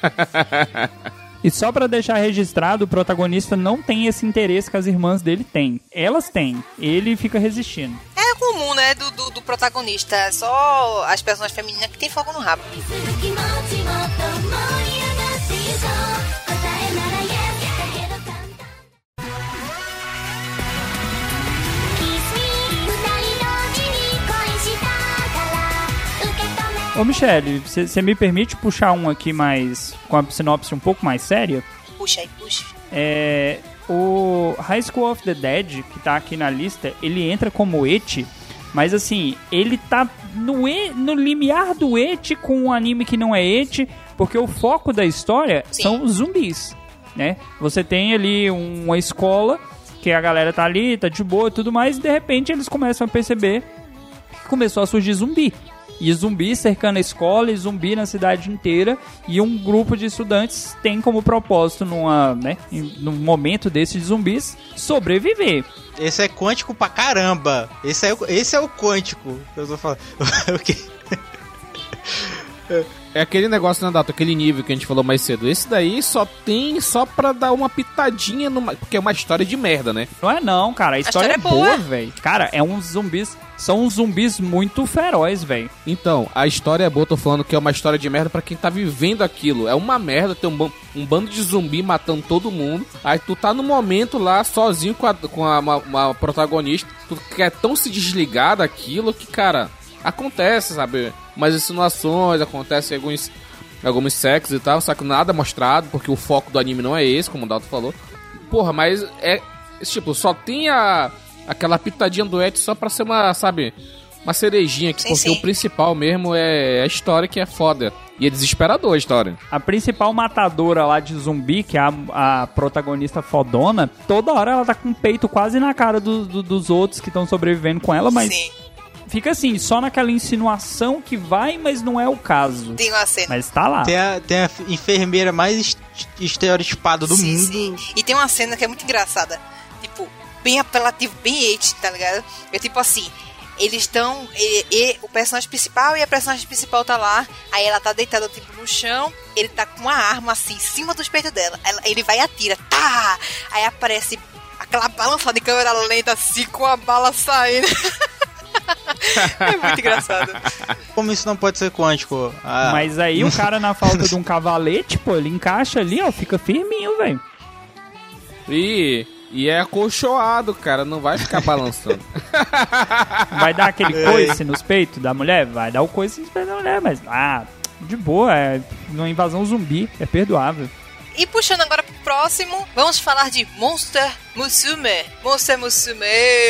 E só pra deixar registrado, o protagonista não tem esse interesse que as irmãs dele têm. Elas têm. Ele fica resistindo. É comum, né, do, do, do protagonista. Só as personagens femininas que tem fogo no rabo. Ô Michele, você me permite puxar um aqui mais, com a sinopse um pouco mais séria? Puxa aí, puxa. É, o High School of the Dead, que tá aqui na lista, ele entra como eti, mas assim, ele tá no, e, no limiar do eti com um anime que não é eti, porque o foco da história Sim. são os zumbis, né? Você tem ali uma escola, que a galera tá ali, tá de boa e tudo mais, e de repente eles começam a perceber que começou a surgir zumbi. E zumbi cercando a escola, e zumbi na cidade inteira. E um grupo de estudantes tem como propósito, numa, né, num momento desse de zumbis, sobreviver. Esse é quântico pra caramba. Esse é, o- esse é o quântico que eu tô falando. O quê? É aquele negócio, né, Dato? Aquele nível que a gente falou mais cedo. Esse daí só tem só pra dar uma pitadinha, numa... porque é uma história de merda, né? Não é não, cara. A história, A história é é boa, boa. velho. Cara, é uns zumbis... São uns zumbis muito ferozes, velho. Então, a história é boa, tô falando que é uma história de merda pra quem tá vivendo aquilo. É uma merda ter um, ban- um bando de zumbi matando todo mundo. Aí tu tá no momento lá, sozinho com, a, com a, uma, uma protagonista. Tu quer tão se desligar daquilo que, cara, acontece, sabe? Umas insinuações, acontece alguns, alguns sexos e tal, só que nada mostrado, porque o foco do anime não é esse, como o Dalton falou. Porra, mas é... Tipo, só tem a... aquela pitadinha do Et só pra ser uma, sabe, uma cerejinha, Sim, porque sim. o principal mesmo é a história que é foda. E é desesperador a história. A principal matadora lá de zumbi, que é a, a protagonista fodona, toda hora ela tá com o peito quase na cara do, do- dos outros que estão sobrevivendo com ela, mas Sim, fica assim, só naquela insinuação que vai, mas não é o caso. tem uma cena. Mas tá lá. Tem a, tem a enfermeira mais est- estereotipada do sim, mundo. sim. E tem uma cena que é muito engraçada. Tipo, bem apelativo, bem hate, tá ligado? É tipo assim, eles estão... E, e, o personagem principal e a personagem principal tá lá. Aí ela tá deitada, tipo, no chão. Ele tá com uma arma, assim, em cima dos peitos dela. Ela- ele vai e atira. Tá! Aí aparece aquela balançada de câmera lenta, assim, com a bala saindo. É muito engraçado. Como isso não pode ser quântico? Ah, Mas aí o cara, na falta de um cavalete, pô, ele encaixa ali, ó, fica firminho, velho. E, e é acolchoado, cara, não vai ficar balançando. Vai dar aquele coice nos peitos da mulher? Vai dar o coice nos peitos da mulher, mas, ah, de boa, é uma invasão zumbi, é perdoável. E puxando agora pro próximo, vamos falar de Monster Musume. Monster Musume.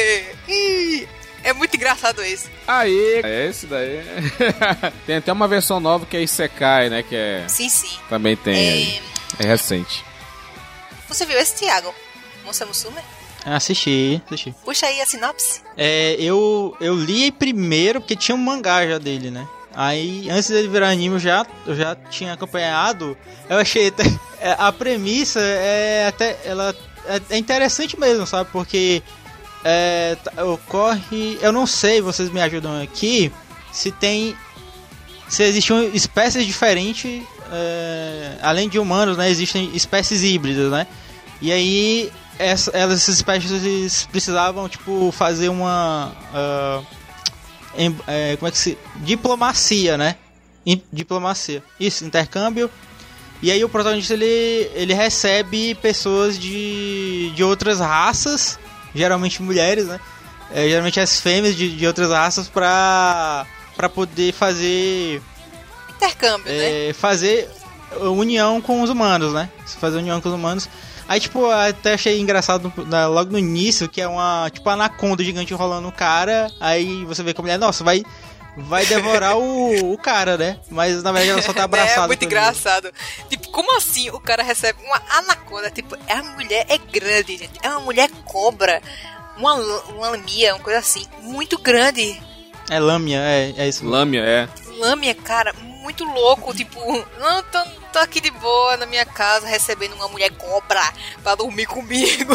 Ih, é muito engraçado isso. Aí, é esse daí. Tem até uma versão nova que é Isekai, né, que é... Sim, sim. Também tem aí. É recente. Você viu esse, Thiago? Monster Musume? Assisti, assisti. Puxa aí a sinopse. É, eu, eu li primeiro porque tinha um mangá já dele, né? Aí, antes dele virar anime, eu já, eu já tinha acompanhado. Eu achei até, é, a premissa é até ela é, é interessante mesmo, sabe? Porque é, tá- ocorre, eu não sei, vocês me ajudam aqui, se tem, se existem espécies diferentes, é, além de humanos, né? Existem espécies híbridas, né? E aí essa, elas, essas espécies precisavam tipo fazer uma ah, em- é, como é que se... diplomacia, né? In- diplomacia. Isso, intercâmbio. E aí o protagonista, ele, ele recebe pessoas de, de outras raças, geralmente mulheres, né? É, geralmente as fêmeas de, de outras raças pra, pra poder fazer... Intercâmbio, né? é, fazer união com os humanos, né? Fazer união com os humanos. Aí, tipo, até achei engraçado na- logo no início, que é uma, tipo, anaconda gigante enrolando o cara. Aí você vê que a mulher, nossa, vai, vai devorar o, o cara, né? Mas na verdade ela só tá abraçada. É muito por ele. engraçado. Tipo, como assim o cara recebe uma anaconda? Tipo, a mulher é grande, gente. É uma mulher cobra. Uma, lã- uma lamia, uma coisa assim. Muito grande. É lâmina, é, é isso. Lâmia, é. Lâmia, cara, muito louco. Tipo, não, tô, tô aqui de boa na minha casa recebendo uma mulher cobra pra dormir comigo.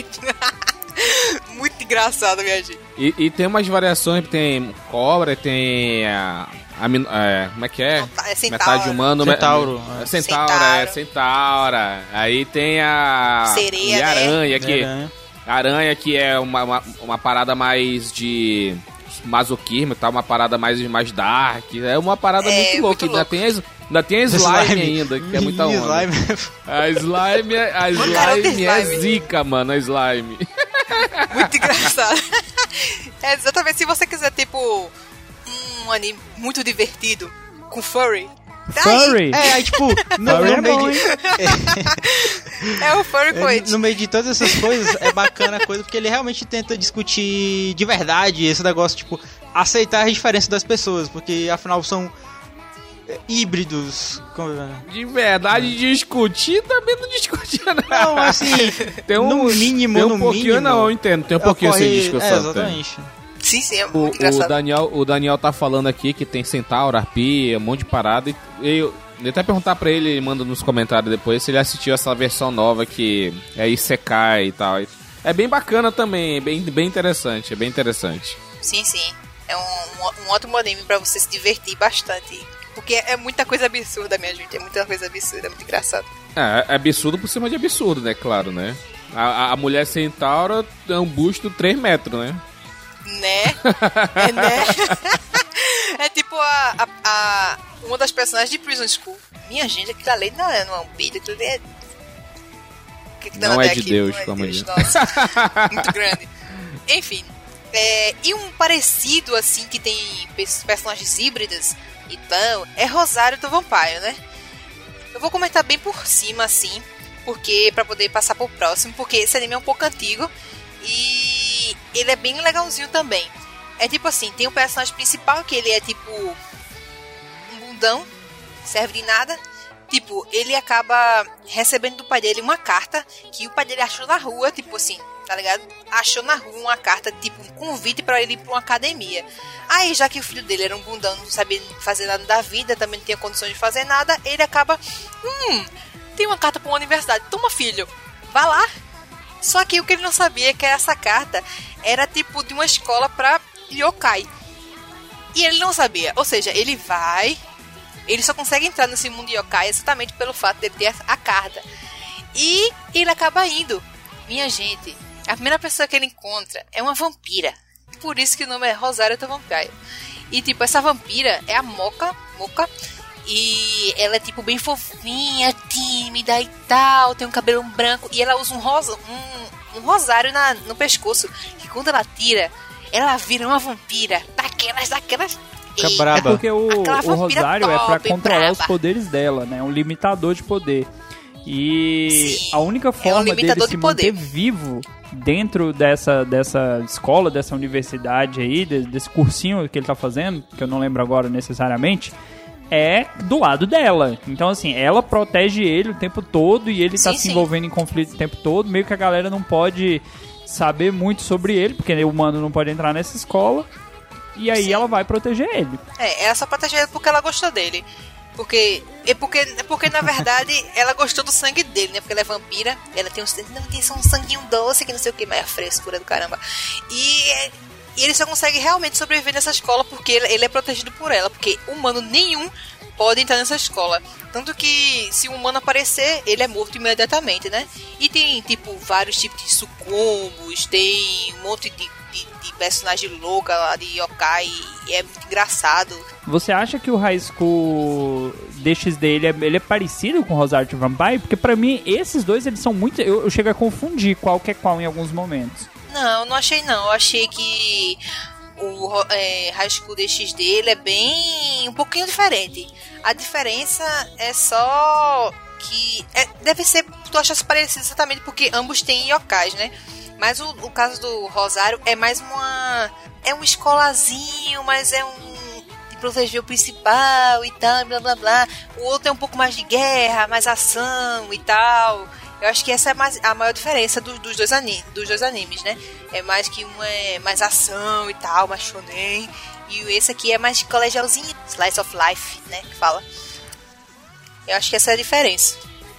Muito engraçado, minha gente. E, e tem umas variações, tem cobra, tem a... a min- é, como é que é? É centauro. Metade humano, Centauro. É centaura, é centaura. Aí tem a Sereia, e né? aranha, que Aranha. aranha que é uma, uma, uma parada mais de masoquismo, tá? Uma parada mais mais dark. É uma parada É, muito louca. muito Ainda louco. tem as, ainda tem a slime, ainda, que é muita Mini onda. slime. A slime, é- a Uma cara de slime é slime. zica, mano, a slime. Muito engraçado. É exatamente, se você quiser, tipo, um anime muito divertido com furry. tá aí. Furry? É, aí tipo, no, Furry no é meio bom, de, É o furry é, poet. no meio de todas essas coisas, é bacana a coisa, porque ele realmente tenta discutir de verdade esse negócio, tipo, aceitar as diferenças das pessoas, porque afinal são é, híbridos. Como- De verdade, discutir também não discutia, não. Não, assim, Tem um, no mínimo, tem um no pouquinho, mínimo, não, eu entendo. Tem um pouquinho ocorre- sem discussão. É, tem. exatamente. Sim, sim, é O, muito o, engraçado. Daniel, o Daniel tá falando aqui que tem centauro, arpia, um monte de parada. E eu eu até perguntar pra ele, ele manda nos comentários depois, se ele assistiu essa versão nova que é Isekai e tal. É bem bacana também, é bem, bem interessante, é bem interessante. Sim, sim. É um, um, um ótimo anime pra você se divertir bastante Porque é muita coisa absurda, minha gente. É muita coisa absurda, é muito engraçado. É, é absurdo por cima de absurdo, né? Claro, né? A, a mulher centaura é um busto de três metros, né? Né? É, né? É tipo a, a, a... uma das personagens de Prison School. Minha gente, aquilo ali não é, não é um beijo, aquilo ali é... O que que tá Não na é de aqui? Deus, Não é pelo amor de Deus, nossa. Muito grande. Enfim. É, e um parecido, assim, que tem personagens híbridas, então, é Rosário do Vampire, né? Eu vou comentar bem por cima, assim, porque pra poder passar pro próximo, porque esse anime é um pouco antigo e ele é bem legalzinho também. É tipo assim, tem um personagem principal que ele é tipo um bundão, serve de nada. Tipo, ele acaba recebendo do pai dele uma carta que o pai dele achou na rua, tipo assim, tá ligado? Achou na rua uma carta, tipo, um convite pra ele ir pra uma academia. Aí, já que o filho dele era um bundão, não sabia fazer nada da vida, também não tinha condições de fazer nada, ele acaba, hum, tem uma carta pra uma universidade, toma filho, vá lá. Só que o que ele não sabia é que essa carta era tipo de uma escola pra yokai. E ele não sabia, ou seja, ele vai... Ele só consegue entrar nesse mundo yokai exatamente pelo fato de ele ter a carta. E ele acaba indo. Minha gente, a primeira pessoa que ele encontra é uma vampira. Por isso que o nome é Rosário do Vampire. E tipo, essa vampira é a Moca, Moca. E ela é tipo bem fofinha, tímida e tal. Tem um cabelo branco. E ela usa um, rosa, um, um rosário na, no pescoço. Que quando ela tira, ela vira uma vampira. Daquelas, daquelas... Fica braba. É porque o, o Rosário top, é pra controlar braba. os poderes dela, né? É um limitador de poder. E Sim, a única forma é um dele de se poder. manter vivo dentro dessa, dessa escola, dessa universidade aí, de, desse cursinho que ele tá fazendo, que eu não lembro agora necessariamente, é do lado dela. Então, assim, ela protege ele o tempo todo e ele tá Sim, se sim. envolvendo em conflito o tempo todo. Meio que a galera não pode saber muito sobre ele, porque o humano não pode entrar nessa escola. E aí Sim. ela vai proteger ele. É, ela só protegeu ele porque ela gostou dele. Porque, é porque, é porque na verdade, ela gostou do sangue dele, né? Porque ela é vampira, ela tem um, não, tem só um sanguinho doce, que não sei o que, mas é a frescura do caramba. E, e ele só consegue realmente sobreviver nessa escola porque ele, ele é protegido por ela. Porque humano nenhum pode entrar nessa escola. Tanto que, se um humano aparecer, ele é morto imediatamente, né? E tem, tipo, vários tipos de sucumbos, tem um monte de De, de personagem louca lá de yokai, e é muito engraçado. Você acha que o High School D X D ele é, ele é parecido com o Rosário de Vampire? Porque pra mim, esses dois, eles são muito... Eu, eu chego a confundir qual que é qual em alguns momentos. Não, não achei não. Eu achei que o é, High School D X D ele é bem... um pouquinho diferente. A diferença é só que... É, deve ser... Tu achas parecido exatamente porque ambos têm yokais, né? Mas o, o caso do Rosário é mais uma... É um escolazinho, mas é um... de proteger o principal e tal, blá blá blá. O outro é um pouco mais de guerra, mais ação e tal. Eu acho que essa é mais, a maior diferença do, dos, dois anime, dos dois animes, né? É mais que um é mais ação e tal, mais shonen. E esse aqui é mais colegialzinho, slice of life, né? Que fala. Eu acho que essa é a diferença.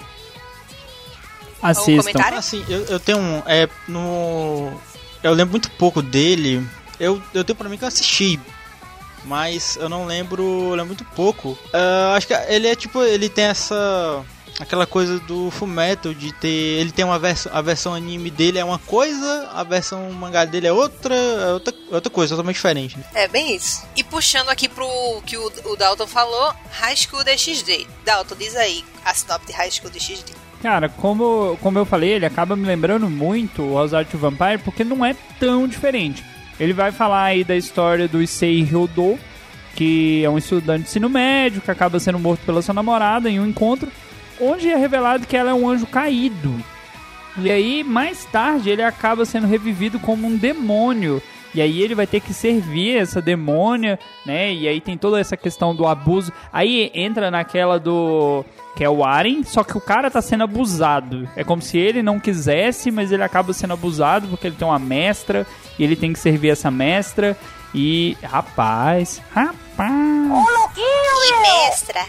Assistam. comentário? Assim, eu, eu tenho um... É, no... Eu lembro muito pouco dele. Eu, eu tenho pra mim que eu assisti. Mas eu não lembro... Eu lembro muito pouco. Uh, acho que ele é tipo... Ele tem essa... Aquela coisa do Fullmetal de ter... Ele tem uma versão... A versão anime dele é uma coisa. A versão mangá dele é outra... É outra, outra coisa, totalmente diferente. Né? É, bem isso. E puxando aqui pro que o, o Dalton falou, High School D X D. Dalton, diz aí a sinopse de High School D X D. Cara, como, como eu falei, ele acaba me lembrando muito o Rosário de Vampire, porque não é tão diferente. Ele vai falar aí da história do Issei Hyodo, que é um estudante de ensino médio, que acaba sendo morto pela sua namorada em um encontro, onde é revelado que ela é um anjo caído. E aí, mais tarde, ele acaba sendo revivido como um demônio. E aí ele vai ter que servir essa demônia, né? E aí tem toda essa questão do abuso. Aí entra naquela do... que é o Aren, só que o cara tá sendo abusado. É como se ele não quisesse, mas ele acaba sendo abusado porque ele tem uma mestra e ele tem que servir essa mestra. E, rapaz, rapaz... Que mestra!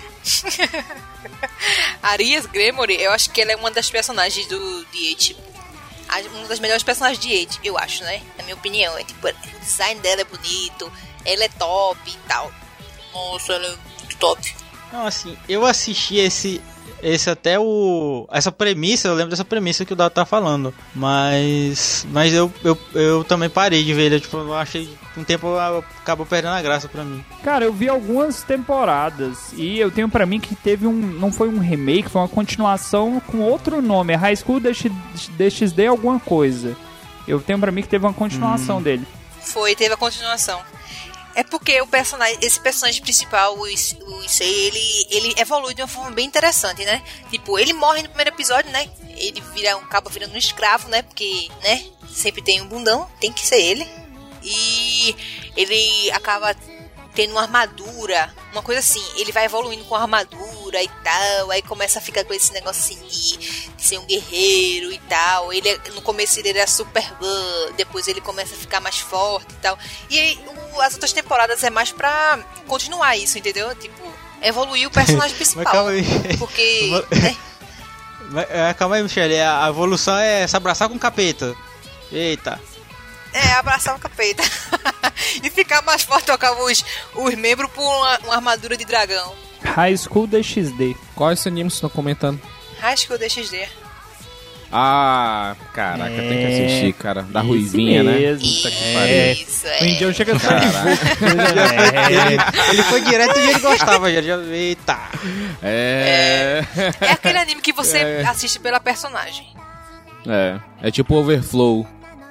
Arias Gremory, eu acho que ela é uma das personagens do D oito. Uma das melhores personagens de oito, eu acho, né? Na minha opinião. É, tipo, o design dela é bonito, ela é top e tal. Nossa, ela é muito top. Não, assim, eu assisti esse... Esse até o... Essa premissa, eu lembro dessa premissa que o Dado tá falando. Mas... Mas eu, eu, eu também parei de ver ele. Tipo, eu achei... Um tempo acabou perdendo a graça pra mim. Cara, eu vi algumas temporadas. E eu tenho pra mim que teve um... Não foi um remake, foi uma continuação com outro nome. É High School D X D alguma coisa. Eu tenho pra mim que teve uma continuação hum. dele. Foi, teve a continuação. É porque o personagem, esse personagem principal, o Issei, ele, ele evolui de uma forma bem interessante, né? Tipo, ele morre no primeiro episódio, né? Ele vira um acaba virando um escravo, né? Porque, né? Sempre tem um bundão, tem que ser ele. E ele acaba tendo uma armadura, uma coisa assim. Ele vai evoluindo com a armadura e tal. Aí começa a ficar com esse negócio assim de, de ser um guerreiro e tal. Ele, no começo ele era super bad, depois ele começa a ficar mais forte e tal. E aí, o, as outras temporadas é mais pra continuar isso, entendeu? Tipo, evoluir o personagem principal. Mas calma aí. Porque, né? Mas, calma aí, Michele. A evolução é se abraçar com o capeta. Eita. É, abraçar o capeta. E ficar mais forte, tocar os, os membros por uma, uma armadura de dragão. High School D X D. Qual esse anime vocês estão comentando? High School D X D. Ah, caraca, é... tem que assistir, cara. Da Isso ruivinha, mesmo. né? Puta que pariu. Isso, é. O Indião chega só de ele, ele foi direto e ele gostava, já. já eita. É... é. É aquele anime que você é. assiste pela personagem. É, é tipo Overflow.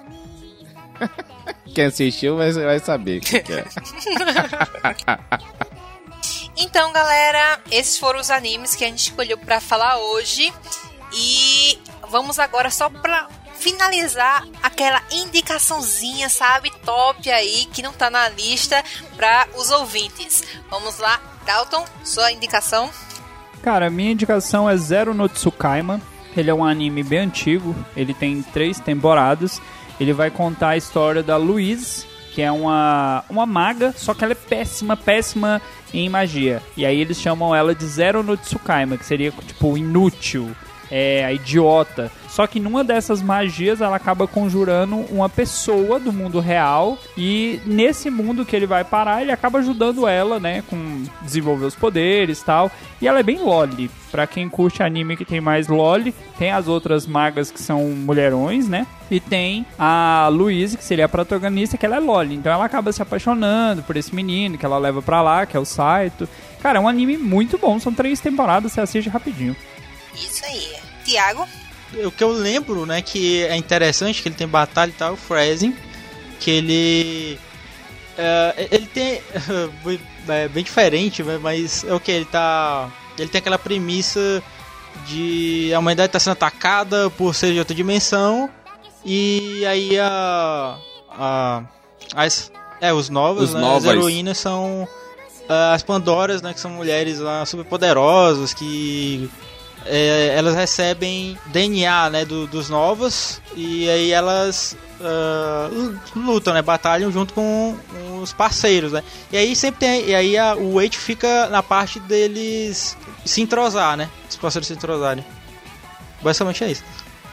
Quem assistiu vai, vai saber o que, que é. Então, galera, esses foram os animes que a gente escolheu pra falar hoje. E vamos agora só pra finalizar aquela indicaçãozinha, sabe, top aí, que não tá na lista pra os ouvintes. Vamos lá, Dalton, sua indicação? Cara, a minha indicação é Zero no Tsukaima. Ele é um anime bem antigo, ele tem três temporadas. Ele vai contar a história da Louise, que é uma, uma maga, só que ela é péssima, péssima em magia. E aí eles chamam ela de Zero no Tsukaima, que seria tipo inútil, é, a idiota. Só que numa dessas magias ela acaba conjurando uma pessoa do mundo real. E nesse mundo que ele vai parar, ele acaba ajudando ela, né, com desenvolver os poderes e tal. E ela é bem loli. Pra quem curte anime que tem mais loli, tem as outras magas que são mulherões, né? E tem a Louise, que seria a protagonista, que ela é loli. Então ela acaba se apaixonando por esse menino que ela leva pra lá, que é o Saito. Cara, é um anime muito bom. São três temporadas, você assiste rapidinho. Isso aí. Tiago? O que eu lembro, né, que é interessante, que ele tem batalha e tal, o Freezing, que ele... Uh, ele tem... Uh, é bem diferente, mas é o que? Ele tá... Ele tem aquela premissa de a humanidade tá sendo atacada por seres de outra dimensão, e aí a... a as, é, os novos, os né, novas. As heroínas são uh, as Pandoras, né, que são mulheres lá super poderosas, que... É, elas recebem D N A, né, do, dos novos, e aí elas uh, lutam, né, batalham junto com os parceiros, né, e aí sempre tem, e aí a, o Eight fica na parte deles se entrosar, né, os parceiros se entrosarem. Basicamente é isso.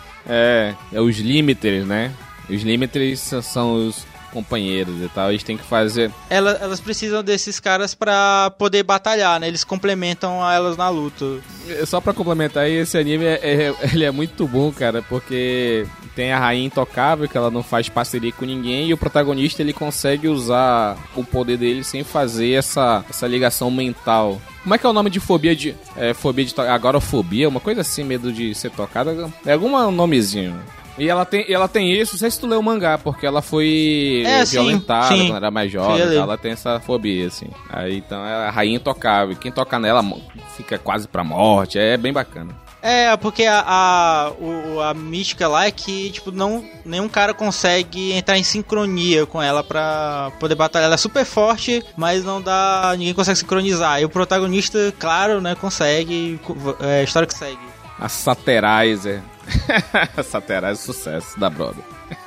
É, é os limiters, né, os limiters são os companheiros e tal, eles têm que fazer... Elas, elas precisam desses caras pra poder batalhar, né? Eles complementam a elas na luta. Só pra complementar aí, esse anime é, é, ele é muito bom, cara, porque tem a rainha intocável, que ela não faz parceria com ninguém, e o protagonista, ele consegue usar o poder dele sem fazer essa, essa ligação mental. Como é que é o nome de fobia de... É, fobia de... Agorafobia, uma coisa assim, medo de ser tocada. É algum nomezinho. E ela tem, ela tem isso, não sei se tu leu o mangá, porque ela foi é, violentada sim, sim. quando era mais jovem, ela tem essa fobia, assim. Aí, então, é a rainha intocável. Quem toca nela fica quase pra morte, é bem bacana. É, porque a, a, o, a mística lá é que, tipo, não, nenhum cara consegue entrar em sincronia com ela pra poder batalhar. Ela é super forte, mas não dá... ninguém consegue sincronizar. E o protagonista, claro, né, consegue, é a história que segue. A Saterizer. A Saterizer, sucesso da Brother.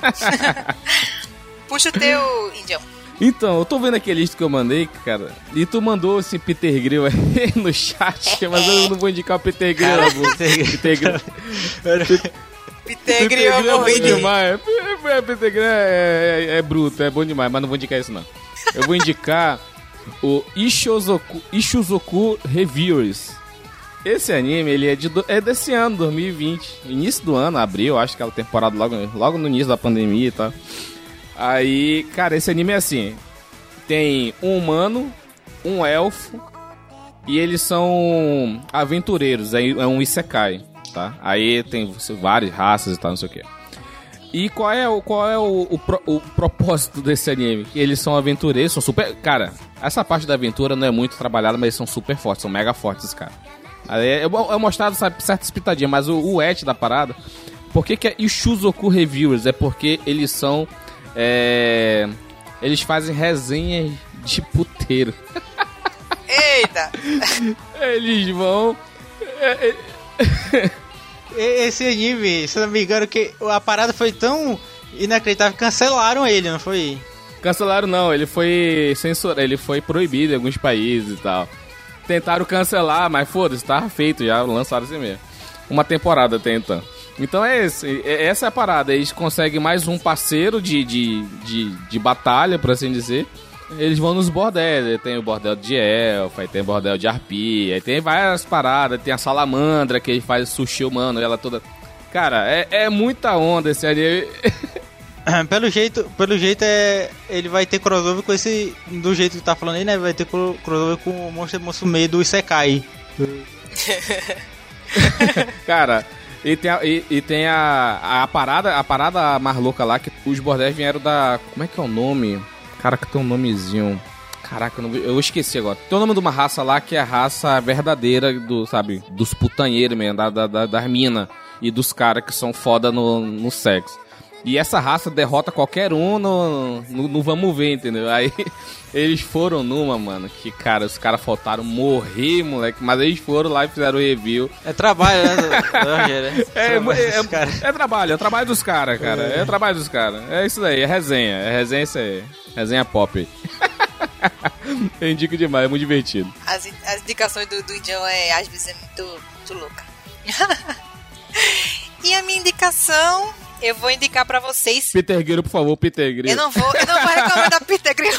Puxa o teu, Indião. Então, eu tô vendo aquele lista que eu mandei, cara, e tu mandou esse Peter Grill aí no chat, mas eu não vou indicar o Peter Grill, cara, Peter Grill. Peter Grill é bom demais. Peter Grill é, é, é bruto, é bom demais, mas não vou indicar isso não. Eu vou indicar o Ishizoku, Ishizoku Reviewers. Esse anime, ele é, de, é desse ano, dois mil e vinte. Início do ano, abril, acho que aquela temporada logo, logo no início da pandemia e tal. Aí, cara, esse anime é assim. Tem um humano, um elfo, e eles são aventureiros, é um isekai, tá? Aí tem várias raças e tal, não sei o que. E qual é, o, qual é o, o, o propósito desse anime? Eles são aventureiros, são super... Cara, essa parte da aventura não é muito trabalhada, mas eles são super fortes, são mega fortes, cara. É, é mostrado, sabe, certa espitadinha, mas o, o et da parada... Por que que é Ishizoku Reviewers? É porque eles são... É, eles fazem resenhas de puteiro. Eita! Eles vão... É, é... Esse anime, se não me engano, que a parada foi tão inacreditável que cancelaram ele, não foi? Cancelaram não, ele foi censurado, ele foi proibido em alguns países e tal. Tentaram cancelar, mas foda-se, tava feito, já lançaram assim mesmo. Uma temporada tentando. Então é esse, essa é a parada, eles conseguem mais um parceiro de, de, de, de batalha, por assim dizer. Eles vão nos bordéis, tem o bordel de elfa, aí tem o bordel de arpia, aí tem várias paradas, tem a salamandra que ele faz sushi humano, ela toda... Cara, é, é muita onda esse anime. Pelo jeito, pelo jeito é, ele vai ter crossover com esse, do jeito que tá falando aí, né? Vai ter crossover com o Monster Musume do Isekai. Cara, e tem, a, e, e tem a, a parada, a parada mais louca lá, que os bordéis vieram da... Como é que é o nome? Caraca, tem um nomezinho. Caraca, eu, não, eu esqueci agora. Tem o nome de uma raça lá que é a raça verdadeira do, sabe, dos putanheiros mesmo, da, da, da, das minas e dos caras que são foda no, no sexo. E essa raça derrota qualquer um no, no, no vamos ver, entendeu? Aí eles foram numa, mano, que, cara, os caras faltaram morrer, moleque. Mas eles foram lá e fizeram o review. É trabalho, né? né? é, é, é, é trabalho, é trabalho dos caras, cara. É. é trabalho dos caras. É isso daí, é resenha. É resenha isso aí. Resenha pop. Eu indico demais, é muito divertido. As, as indicações do, do Indião é, às vezes, é muito, muito louca. E a minha indicação... Eu vou indicar pra vocês... Peter Grill, por favor, Peter Grill. Eu não vou, eu não vou recomendar Peter Grill.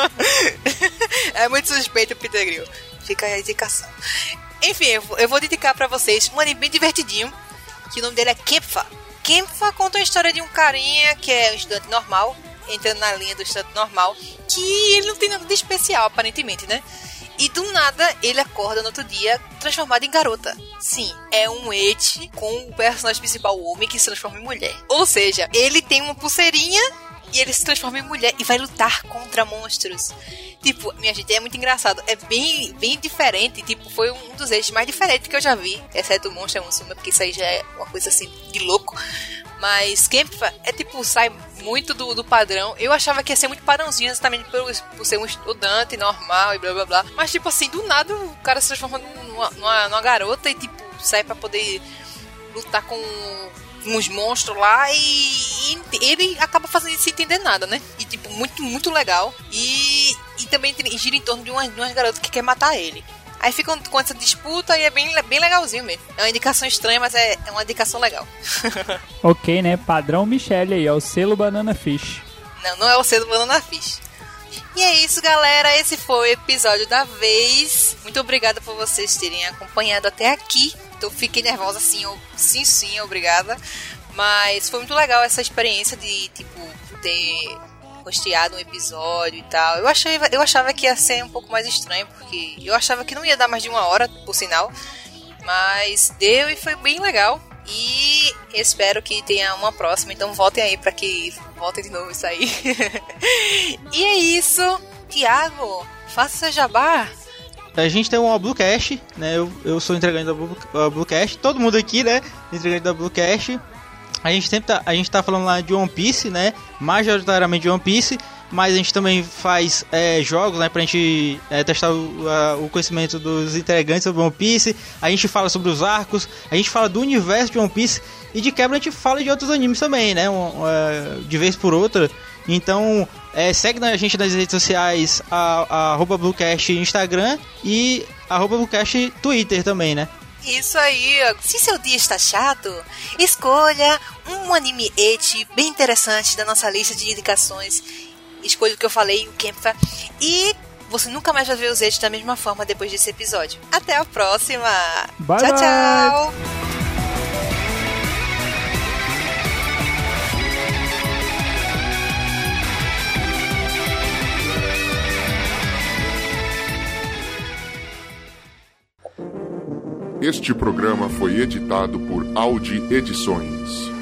É muito suspeito o Peter Grill. Fica aí a indicação. Enfim, eu vou, eu vou indicar pra vocês um anime bem divertidinho, que o nome dele é Kenfa. Kenfa conta a história de um carinha que é um estudante normal, entrando na linha do estudante normal, que ele não tem nada de especial, aparentemente, né? E do nada, ele acorda no outro dia transformado em garota. Sim, é um et com o personagem principal, o homem, que se transforma em mulher. Ou seja, ele tem uma pulseirinha e ele se transforma em mulher e vai lutar contra monstros. Tipo, minha gente, é muito engraçado. É bem, bem diferente. Tipo, foi um dos eixos mais diferentes que eu já vi. Exceto o Monster Musume, porque isso aí já é uma coisa assim de louco. Mas Kenfa é tipo, sai muito do, do padrão. Eu achava que ia ser muito padrãozinho, exatamente por, por ser um estudante normal e blá blá blá. Mas tipo assim, do nada o cara se transforma numa, numa, numa garota e tipo, sai pra poder lutar com uns monstros lá e, e ele acaba fazendo isso sem entender nada, né? E tipo, muito, muito legal. E, e também gira em torno de umas, de umas garotas que quer matar ele. Aí ficam com essa disputa e é bem, bem legalzinho mesmo. É uma indicação estranha, mas é, é uma indicação legal. Ok, né? Padrão Michelle aí, é o selo Banana Fish. Não, não é o selo Banana Fish. E é isso, galera. Esse foi o episódio da vez. Muito obrigada por vocês terem acompanhado até aqui. Então fiquei nervosa assim, ou sim, sim, obrigada. Mas foi muito legal essa experiência de, tipo, ter... posteado um episódio e tal. Eu, achei, eu achava que ia ser um pouco mais estranho, porque eu achava que não ia dar mais de uma hora, por sinal. Mas deu e foi bem legal. E espero que tenha uma próxima. Então voltem aí pra que voltem de novo isso aí. E é isso. Tiago, faça seu jabá. A gente tem uma Bluecast, né? Eu, eu sou integrante da Blue, uh, Bluecast. Todo mundo aqui, né? Integrante da Bluecast. A gente sempre tá, a gente tá falando lá de One Piece, né? Majoritariamente de One Piece, mas a gente também faz é, jogos, né? Pra gente é, testar o, a, o conhecimento dos integrantes sobre One Piece. A gente fala sobre os arcos, a gente fala do universo de One Piece e de quebra a gente fala de outros animes também, né? Um, um, de vez por outra. Então, é, segue a gente nas redes sociais, a, a arroba Bluecast Instagram e arroba Bluecast Twitter também, né? Isso aí, se seu dia está chato, escolha um anime et bem interessante da nossa lista de indicações. Escolha o que eu falei, o Kenfa, e você nunca mais vai ver os Eds da mesma forma depois desse episódio. Até a próxima! Bye, tchau, bye. tchau! Este programa foi editado por Audi Edições.